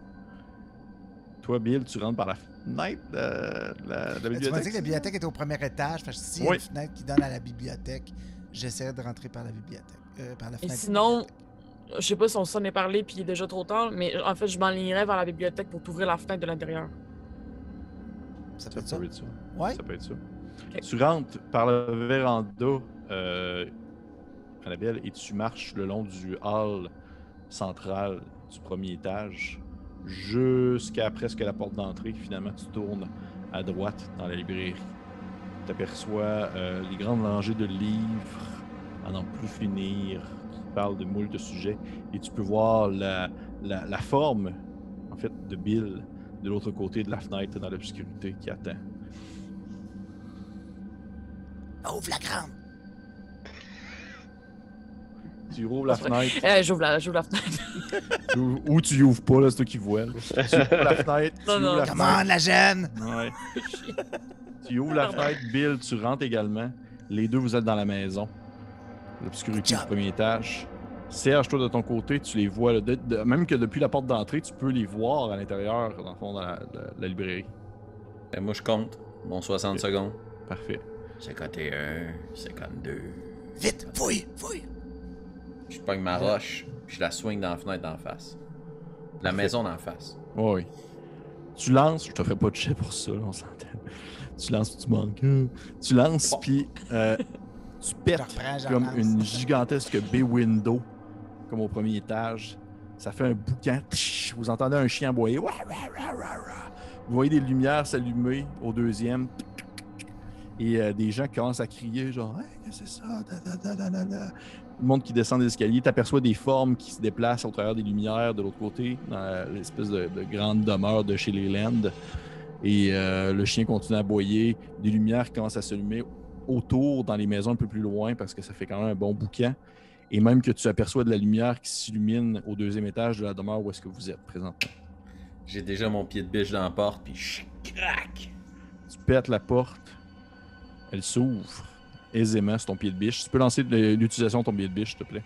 Toi, Bill, tu rentres par la fenêtre de la bibliothèque. Tu m'as dit que la bibliothèque était au premier étage. Fait que s'il y a une fenêtre qui donne à la bibliothèque, j'essaierai de rentrer par la bibliothèque. Par la Et fenêtre. sinon, je sais pas si on s'en est parlé puis il est déjà trop tard, mais en fait, je m'enlignerais vers la bibliothèque pour t'ouvrir la fenêtre de l'intérieur. Ça peut Ça être ça. peut être ça. Ouais. Ça peut être ça. Ok. Tu rentres par la véranda, Annabelle, et tu marches le long du hall central du premier étage jusqu'à presque la porte d'entrée. Finalement, tu tournes à droite dans la librairie. Tu aperçois les grandes rangées de livres à n'en plus finir qui parlent de moult sujets. Et tu peux voir la forme, en fait, de Bill de l'autre côté de la fenêtre dans l'obscurité qui attend. Ouvre la grande! Tu rouvres la fenêtre. J'ouvre la fenêtre. Ou tu y ouvres pas, là, c'est toi qui vois. Là. Tu ouvres la fenêtre. Non, tu non. ouvres la Comment fenêtre. la gêne? Ouais. Tu ouvres la fenêtre, Bill, tu rentres également. Les deux, vous êtes dans la maison. L'obscurité du premier étage. Serge, toi, de ton côté, tu les vois. Là, même que depuis la porte d'entrée, tu peux les voir à l'intérieur, dans le fond, dans la librairie. Ben, moi, je compte. Mon 60 Ok. secondes. Parfait. 51, 52. Vite, fouille! Je pogne ma roche, puis je la swing dans la fenêtre d'en face. La Parfait. maison d'en face. Oui. Tu lances, je te ferai pas de jet pour ça, là, on s'entend. Tu lances, tu manques. Tu lances, puis tu Je pètes reprends, j'en comme lance. une gigantesque baie window, comme au premier étage. Ça fait un boucan. Tch, vous entendez un chien aboyer. Wah, wah, wah, wah, wah. Vous voyez des lumières s'allumer au deuxième. Et des gens qui commencent à crier, genre, hey, qu'est-ce que c'est ça? Da, da, da, da, da. Le monde qui descend des escaliers, tu aperçois des formes qui se déplacent au travers des lumières de l'autre côté, dans l'espèce de grande demeure de chez les Lands. Et le chien continue à aboyer. Des lumières qui commencent à s'allumer autour, dans les maisons un peu plus loin, parce que ça fait quand même un bon boucan. Et même que tu aperçois de la lumière qui s'illumine au deuxième étage de la demeure où est-ce que vous êtes présentement. J'ai déjà mon pied de biche dans la porte, puis crac! Tu pètes la porte, elle s'ouvre aisément sur ton pied de biche. Tu peux lancer l'utilisation de ton pied de biche, s'il te plaît.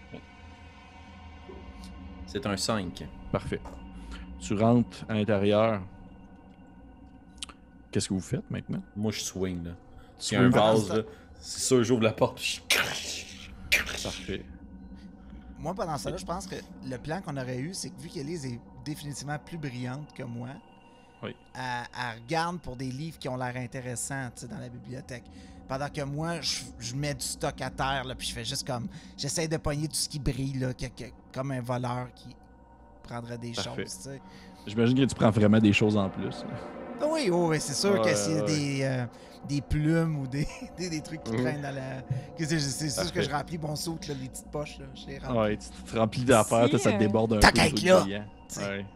C'est un 5. Parfait. Tu rentres à l'intérieur. Qu'est-ce que vous faites maintenant? Moi, je swing, là. Tu S'il y a un swings. vase, là, c'est sûr, j'ouvre la porte, puis Parfait. Moi, pendant ça, là, je pense que le plan qu'on aurait eu, c'est que vu qu'Élise est définitivement plus brillante que moi, Oui. elle regarde pour des livres qui ont l'air intéressants, tu sais, dans la bibliothèque. Pendant que moi, je mets du stock à terre, là, puis je fais juste comme... J'essaie de pogner tout ce qui brille, là, comme un voleur qui prendrait des Parfait. choses, tu sais. J'imagine que tu prends vraiment des choses en plus. Oui, oui, c'est sûr que s'il y a Ouais. des plumes ou des trucs qui Mhm. traînent dans la... que c'est sûr que Parfait. je remplis mon saut, là, les petites poches, là, je les remplis. Ouais, tu te remplis d'affaires, Si, ça te déborde un ta peu. de quête, trucs là. brillants. tu sais. Ouais.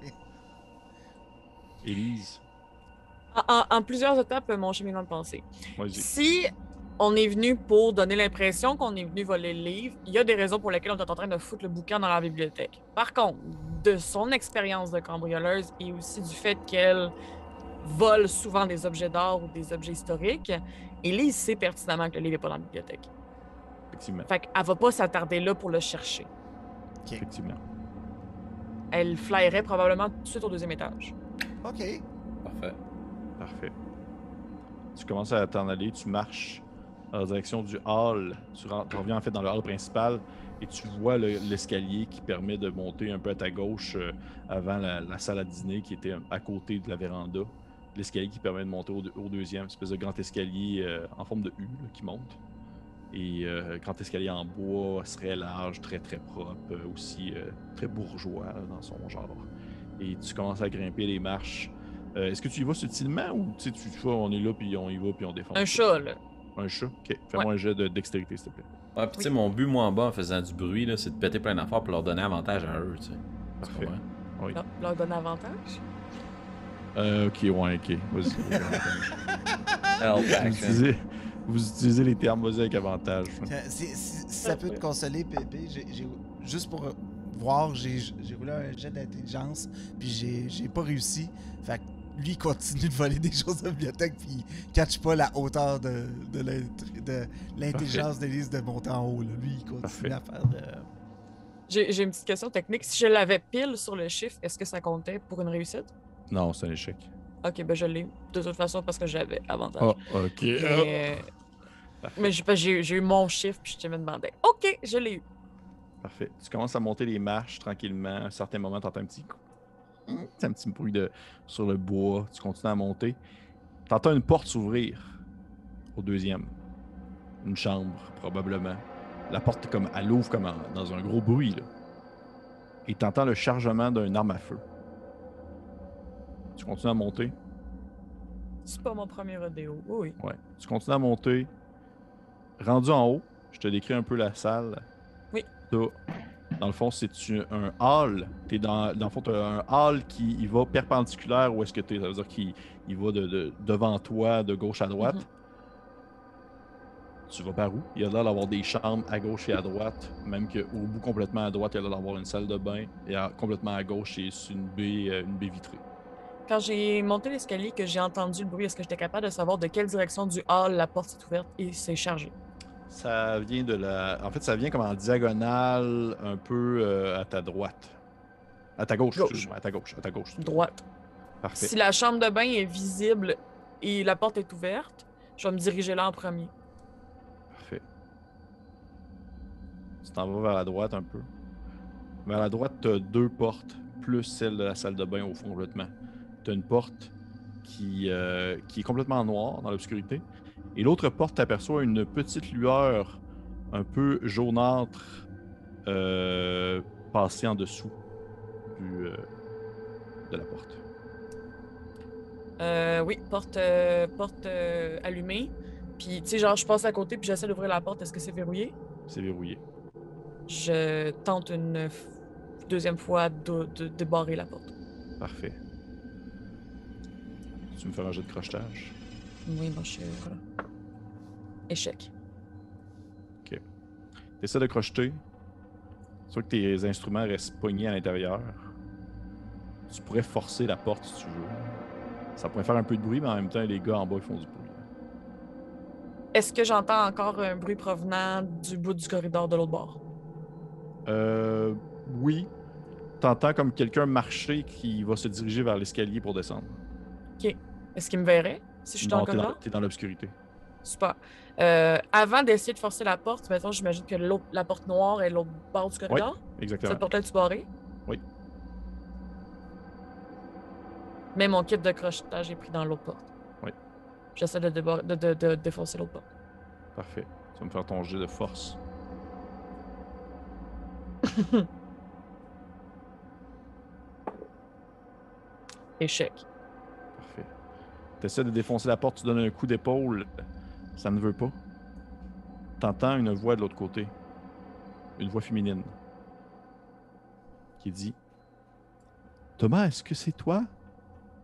Élise, En plusieurs étapes, mon cheminement de pensée. vas-y. Si on est venu pour donner l'impression qu'on est venu voler le livre, il y a des raisons pour lesquelles on est en train de foutre le bouquin dans la bibliothèque. Par contre, de son expérience de cambrioleuse et aussi du fait qu'elle vole souvent des objets d'art ou des objets historiques, Élise sait pertinemment que le livre n'est pas dans la bibliothèque. Effectivement. Fait qu'elle va pas s'attarder là pour le chercher. Effectivement. Elle flyerait probablement tout de suite au deuxième étage. OK. Parfait. Parfait. Tu commences à t'en aller, tu marches en direction du hall. Tu reviens en fait dans le hall principal et tu vois l'escalier qui permet de monter un peu à ta gauche avant la salle à dîner qui était à côté de la véranda. L'escalier qui permet de monter au deuxième, espèce de grand escalier en forme de U là, qui monte. Et grand escalier en bois, serait large, très très propre, aussi très bourgeois là, dans son genre. Et tu commences à grimper les marches. Est-ce que tu y vas subtilement ou tu sais, tu vois, on est là, puis on y va, puis on défonce? Un chat, là. Un chat? Ok. Fais-moi un jet de dextérité, s'il te plaît. Ouais, pis tu sais, mon but, moi, en bas, en faisant du bruit, là, c'est de péter plein d'affaires pour leur donner avantage à eux, tu sais. Tu Parfait. comprends? Oui. Là, leur donne avantage. Ok, ouais, ok. Vas-y. Help vous, action. vous utilisez les termes, vas-y avec avantage. Si ça peut te consoler, Pépé, juste pour voir, j'ai roulé un jet d'intelligence, puis j'ai pas réussi. Fait que lui, il continue de voler des choses de la bibliothèque, puis il catch pas la hauteur de l'intelligence d'Élise de monter en haut. Là. Lui, il continue Parfait. à faire de... J'ai une petite question technique. Si je l'avais pile sur le chiffre, est-ce que ça comptait pour une réussite? Non, c'est un échec. Ok, ben je l'ai de toute façon parce que j'avais avantage. Ah, ok. Mais, Parfait. mais j'ai eu mon chiffre puis je me demandais. Ok, je l'ai eu. Parfait. Tu commences à monter les marches tranquillement. À un certain moment, tu entends un petit bruit sur le bois. Tu continues à monter. Tu entends une porte s'ouvrir au deuxième. Une chambre, probablement. La porte, elle ouvre dans un gros bruit. Là. Et tu entends le chargement d'une arme à feu. Tu continues à monter. C'est pas mon premier rodéo. Oui. Ouais. Tu continues à monter. Rendu en haut, je te décris un peu la salle. Oui. Dans le fond, c'est un hall. Dans le fond, tu as un hall qui il va perpendiculaire où est-ce que tu es. Ça veut dire qu'il va devant toi, de gauche à droite. Tu vas par où? Il y a l'air d'avoir des chambres à gauche et à droite. Même qu'au bout complètement à droite, il y a l'air d'avoir une salle de bain. Et complètement à gauche, c'est une baie vitrée. Quand j'ai monté l'escalier que j'ai entendu le bruit, est-ce que j'étais capable de savoir de quelle direction du hall la porte s'est ouverte et s'est chargée? Ça vient En fait, ça vient comme en diagonale, un peu à ta droite. À ta gauche, excuse-moi, à ta gauche. Droite. Parfait. Si la chambre de bain est visible et la porte est ouverte, je vais me diriger là en premier. Parfait. Tu t'en vas vers la droite un peu. Vers la droite, tu as 2 portes, plus celle de la salle de bain au fond complètement. Tu as une porte qui est complètement noire dans l'obscurité. Et l'autre porte, t'aperçois une petite lueur un peu jaunâtre passer en dessous de la porte. Oui, porte allumée. Puis, tu sais, genre, je passe à côté puis j'essaie d'ouvrir la porte. Est-ce que c'est verrouillé? C'est verrouillé. Je tente une deuxième fois de barrer la porte. Parfait. Tu me fais un jet de crochetage? Oui, bon, voilà. Échec. Ok. T'essaies de crocheter. C'est sûr que tes instruments restent pognés à l'intérieur. Tu pourrais forcer la porte si tu veux. Ça pourrait faire un peu de bruit, mais en même temps, les gars en bas, ils font du bruit. Est-ce que j'entends encore un bruit provenant du bout du corridor de l'autre bord? Oui. T'entends comme quelqu'un marcher qui va se diriger vers l'escalier pour descendre. OK. Est-ce qu'il me verrait si je suis dans le corridor? T'es dans l'obscurité. Super. Avant d'essayer de forcer la porte, mettons, j'imagine que la porte noire est l'autre bord du corridor. Oui, exactement. Cette porte-là, tu barrée? Oui. Mais mon kit de crochetage est pris dans l'autre porte. Oui. J'essaie de défoncer l'autre porte. Parfait. Tu vas me faire ton jet de force. Échec. Parfait. Tu essaies de défoncer la porte, tu donnes un coup d'épaule. Ça ne veut pas. T'entends une voix de l'autre côté. Une voix féminine. Qui dit « Thomas, est-ce que c'est toi? Thomas? »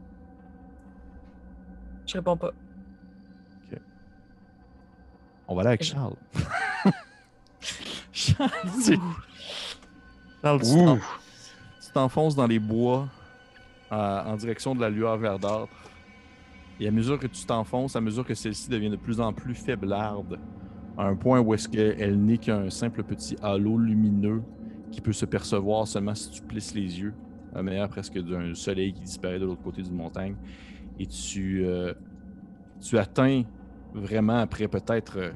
Je réponds pas. OK. On va aller avec Charles. Charles, tu t'enfonces dans les bois en direction de la lueur verdâtre. Et à mesure que tu t'enfonces, à mesure que celle-ci devient de plus en plus faiblarde, à un point où est-ce qu'elle n'est qu'un simple petit halo lumineux qui peut se percevoir seulement si tu plisses les yeux, à manière presque d'un soleil qui disparaît de l'autre côté d'une montagne. Et tu atteins vraiment après peut-être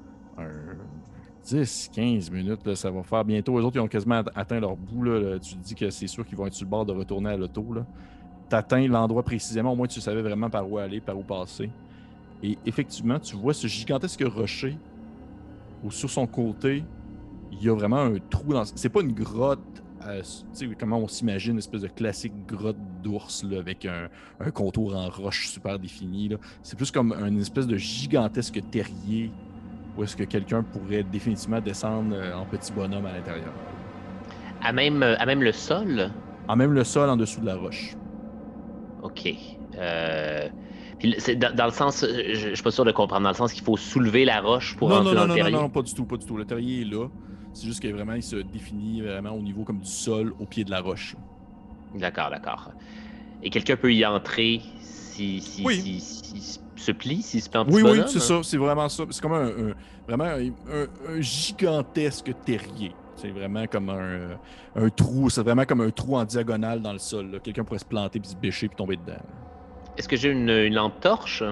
10-15 minutes, là, ça va faire bientôt. Eux autres, ils ont quasiment atteint leur bout. Là. Tu te dis que c'est sûr qu'ils vont être sur le bord de retourner à l'auto. Tu atteins l'endroit précisément, au moins tu savais vraiment par où aller, par où passer. Et effectivement, tu vois ce gigantesque rocher où sur son côté, il y a vraiment un trou dans... C'est pas une grotte, tu sais, comment on s'imagine, une espèce de classique grotte d'ours là, avec un contour en roche super défini. Là. C'est plus comme une espèce de gigantesque terrier où est-ce que quelqu'un pourrait définitivement descendre en petit bonhomme à l'intérieur. À même le sol? En même le sol en dessous de la roche. OK. Puis c'est dans le sens, je suis pas sûr de comprendre, dans le sens qu'il faut soulever la roche pour entrer dans le terrier? Non, pas du tout. Le terrier est là. C'est juste que vraiment, il se définit vraiment au niveau comme du sol, au pied de la roche. D'accord. Et quelqu'un peut y entrer s'il se plie, s'il se met en petit bonhomme? Oui, c'est ça. C'est vraiment ça. C'est comme vraiment un gigantesque terrier. C'est vraiment comme un trou. C'est vraiment comme un trou en diagonale dans le sol. Là. Quelqu'un pourrait se planter, puis se bêcher, puis tomber dedans. Est-ce que j'ai une lampe torche?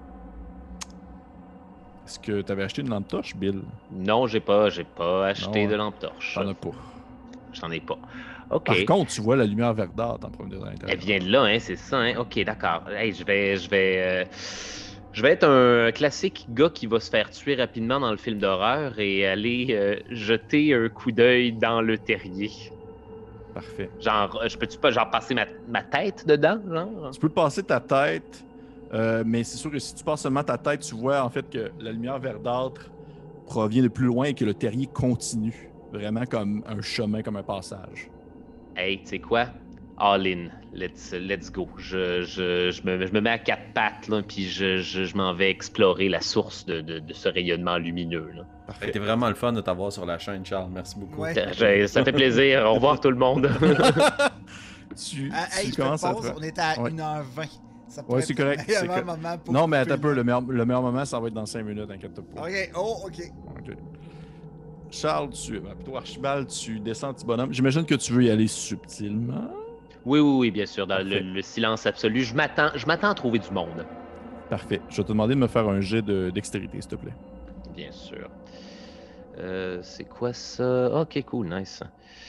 Est-ce que tu avais acheté une lampe torche, Bill? Non, j'ai pas acheté Non, de lampe torche. T'en as pas. J'en ai pas. OK. Par contre, tu vois la lumière verdâtre en premier à l'intérieur. Elle vient de là, hein, c'est ça, hein? OK, d'accord. Hey, je vais être un classique gars qui va se faire tuer rapidement dans le film d'horreur et aller jeter un coup d'œil dans le terrier. Parfait. Genre, je peux-tu pas genre passer ma tête dedans, genre? Tu peux passer ta tête, mais c'est sûr que si tu passes seulement ta tête, tu vois en fait que la lumière verdâtre provient de plus loin et que le terrier continue. Vraiment comme un chemin, comme un passage. Hey, tu sais quoi? All in. Let's go. Je me mets à quatre pattes, là, puis je m'en vais explorer la source de ce rayonnement lumineux. Là. Parfait. C'était vraiment le fun de t'avoir sur la chaîne, Charles. Merci beaucoup. Ouais. Ça fait plaisir. Au revoir tout le monde. Tu Hey, je fais commences une à pause, on était à Ouais. 1h20. Ça peut Ouais, être c'est correct, le c'est meilleur correct. moment pour Non, mais couper attends un peu, le- le meilleur moment, ça va être dans 5 minutes, inquiète-toi pas. Ok, oh, ok. Ok. Charles, plutôt Archibald, tu descends, petit bonhomme. J'imagine que tu veux y aller subtilement. Oui, bien sûr. Dans Parfait. le silence absolu. Je m'attends à trouver du monde. Parfait. Je vais te demander de me faire un jet de dextérité, s'il te plaît. Bien sûr. C'est quoi ça? Ok, cool, nice.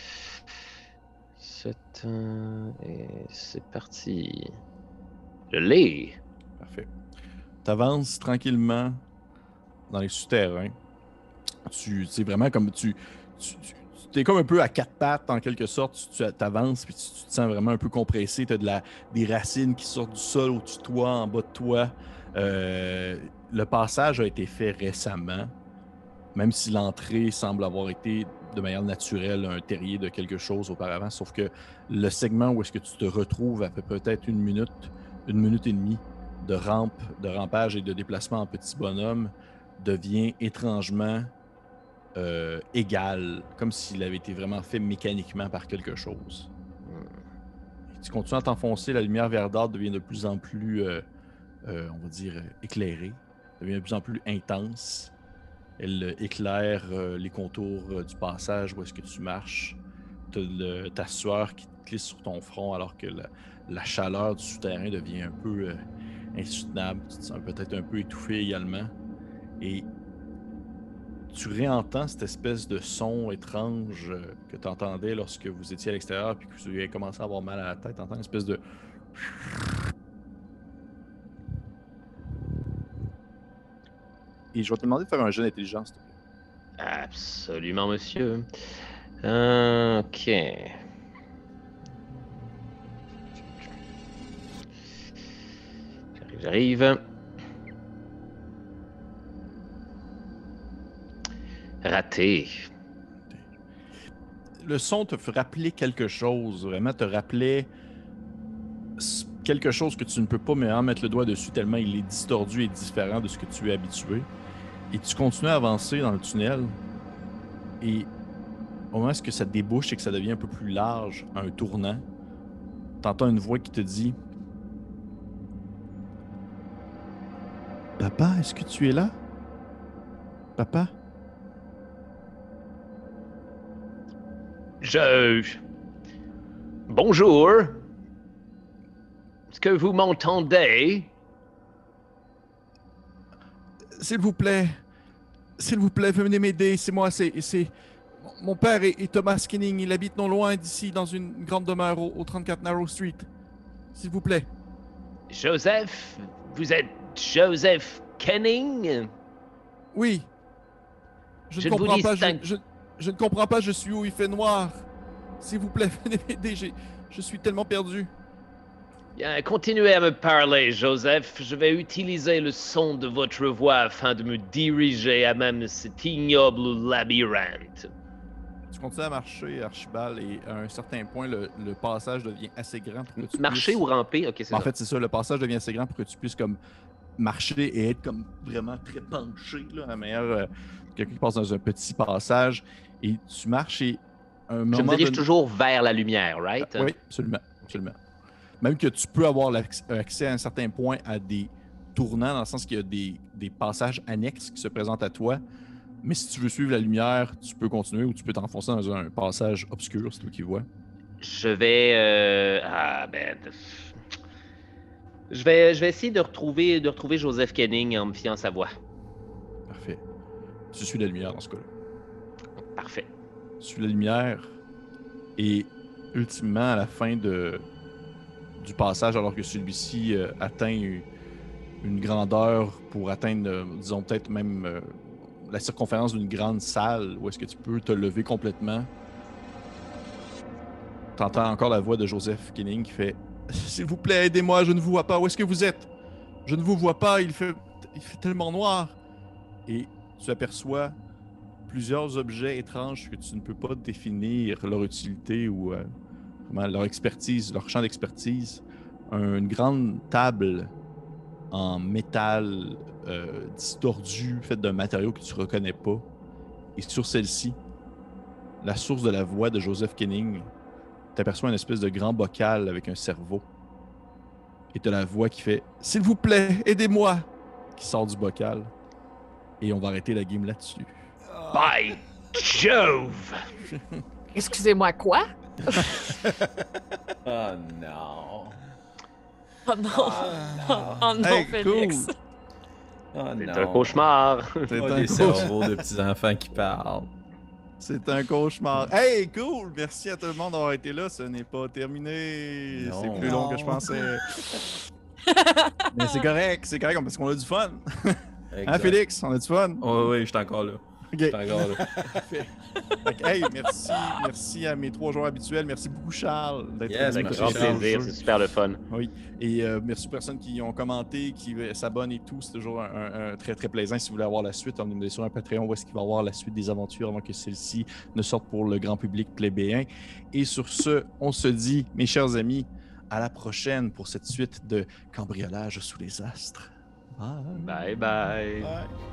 Et c'est parti. Je l'ai. Parfait. Tu avances tranquillement dans les souterrains. C'est vraiment comme tu es comme un peu à quatre pattes en quelque sorte. Tu avances puis tu te sens vraiment un peu compressé. Tu as des racines qui sortent du sol au-dessus de toi, en bas de toi. Le passage a été fait récemment, même si l'entrée semble avoir été de manière naturelle un terrier de quelque chose auparavant. Sauf que le segment où est-ce que tu te retrouves après peut-être une minute et demie de rampage et de déplacement en petit bonhomme devient étrangement égal, comme s'il avait été vraiment fait mécaniquement par quelque chose. Et tu continues à t'enfoncer, la lumière verdâtre devient de plus en plus, on va dire, éclairée, devient de plus en plus intense. Elle éclaire les contours du passage où est-ce que tu marches. T'as ta sueur qui te glisse sur ton front alors que la chaleur du souterrain devient un peu insoutenable. Tu te sens peut-être un peu étouffé également. Et tu réentends cette espèce de son étrange que tu entendais lorsque vous étiez à l'extérieur puis que vous avez commencé à avoir mal à la tête. Tu entends une espèce de... Et je vais te demander de faire un jeu d'intelligence, s'il te plaît. Absolument, monsieur. Ok. J'arrive. Raté. Le son te fait rappeler quelque chose, vraiment te rappelait quelque chose que tu ne peux pas mettre le doigt dessus tellement il est distordu et différent de ce que tu es habitué. Et tu continues à avancer dans le tunnel et au moment où ça débouche et que ça devient un peu plus large, un tournant, t'entends une voix qui te dit « Papa, est-ce que tu es là? Papa? » Bonjour. Est-ce que vous m'entendez? S'il vous plaît, venez m'aider. C'est moi, c'est... Mon père est Thomas Kenning. Il habite non loin d'ici, dans une grande demeure au 34 Narrow Street. S'il vous plaît. Joseph? Vous êtes Joseph Kenning? Oui. Je Je ne ne vous comprends pas. distingue- Je ne comprends pas. Je suis où il fait noir. S'il vous plaît, venez m'aider. Je suis tellement perdu. Bien, continuez à me parler, Joseph. Je vais utiliser le son de votre voix afin de me diriger à même cet ignoble labyrinthe. Tu continues à marcher, Archibald, et à un certain point, le passage devient assez grand pour que tu Marcher puisses... ou ramper? Ok, c'est En ça. fait, c'est ça. Le passage devient assez grand pour que tu puisses comme marcher et être comme vraiment très penché, là, à la meilleure... quelqu'un qui passe dans un petit passage, et tu marches et à un Je moment me dirige donné- toujours vers la lumière, right? Oui, absolument. Même que tu peux avoir accès à un certain point à des tournants, dans le sens qu'il y a des passages annexes qui se présentent à toi, Mais si tu veux suivre la lumière, tu peux continuer ou tu peux t'enfoncer dans un passage obscur, c'est toi qui vois. Je vais. Je vais essayer de retrouver Joseph Kenning en me fiant à sa voix. Parfait. Tu suis la lumière dans ce cas-là. Parfait. Tu suis la lumière et ultimement, à la fin du passage, alors que celui-ci atteint une grandeur pour atteindre, disons peut-être même la circonférence d'une grande salle où est-ce que tu peux te lever complètement. Tu entends encore la voix de Joseph Kenning qui fait « S'il vous plaît, aidez-moi, je ne vous vois pas. Où est-ce que vous êtes? Je ne vous vois pas, il fait tellement noir. » Et tu aperçois plusieurs objets étranges que tu ne peux pas définir leur utilité ou vraiment leur expertise, leur champ d'expertise. Une grande table en métal distordu, faite d'un matériau que tu ne reconnais pas. Et sur celle-ci, la source de la voix de Joseph Kenning, tu aperçois une espèce de grand bocal avec un cerveau. Et tu as la voix qui fait « S'il vous plaît, aidez-moi » qui sort du bocal. Et on va arrêter la game là-dessus. By Jove! Excusez-moi, quoi? Oh non. Oh non! Oh non, Hey, Félix! cool. Oh C'est non. un cauchemar! C'est Oh, un des cauchemar. cerveaux de petits enfants qui parlent. C'est un cauchemar. Hey, cool! Merci à tout le monde d'avoir été là. Ce n'est pas terminé. Non. C'est plus long que je pensais. Mais c'est correct parce qu'on a du fun. Hein, Félix? On a du fun? Oh, oui, je suis encore là. Ok. Je suis encore là. Parfait. Fait que, hey, merci à mes 3 joueurs habituels. Merci beaucoup, Charles, d'être Yes, Avec merci, grand Charles. plaisir, c'est super le fun. Oui. Et merci aux personnes qui ont commenté, qui s'abonnent et tout. C'est toujours un très, très plaisant. Si vous voulez avoir la suite, on est sur un Patreon où est-ce qu'il va y avoir la suite des aventures avant que celle-ci ne sorte pour le grand public plébéien. Et sur ce, on se dit, mes chers amis, à la prochaine pour cette suite de cambriolage sous les astres. Bye. Bye bye. Bye.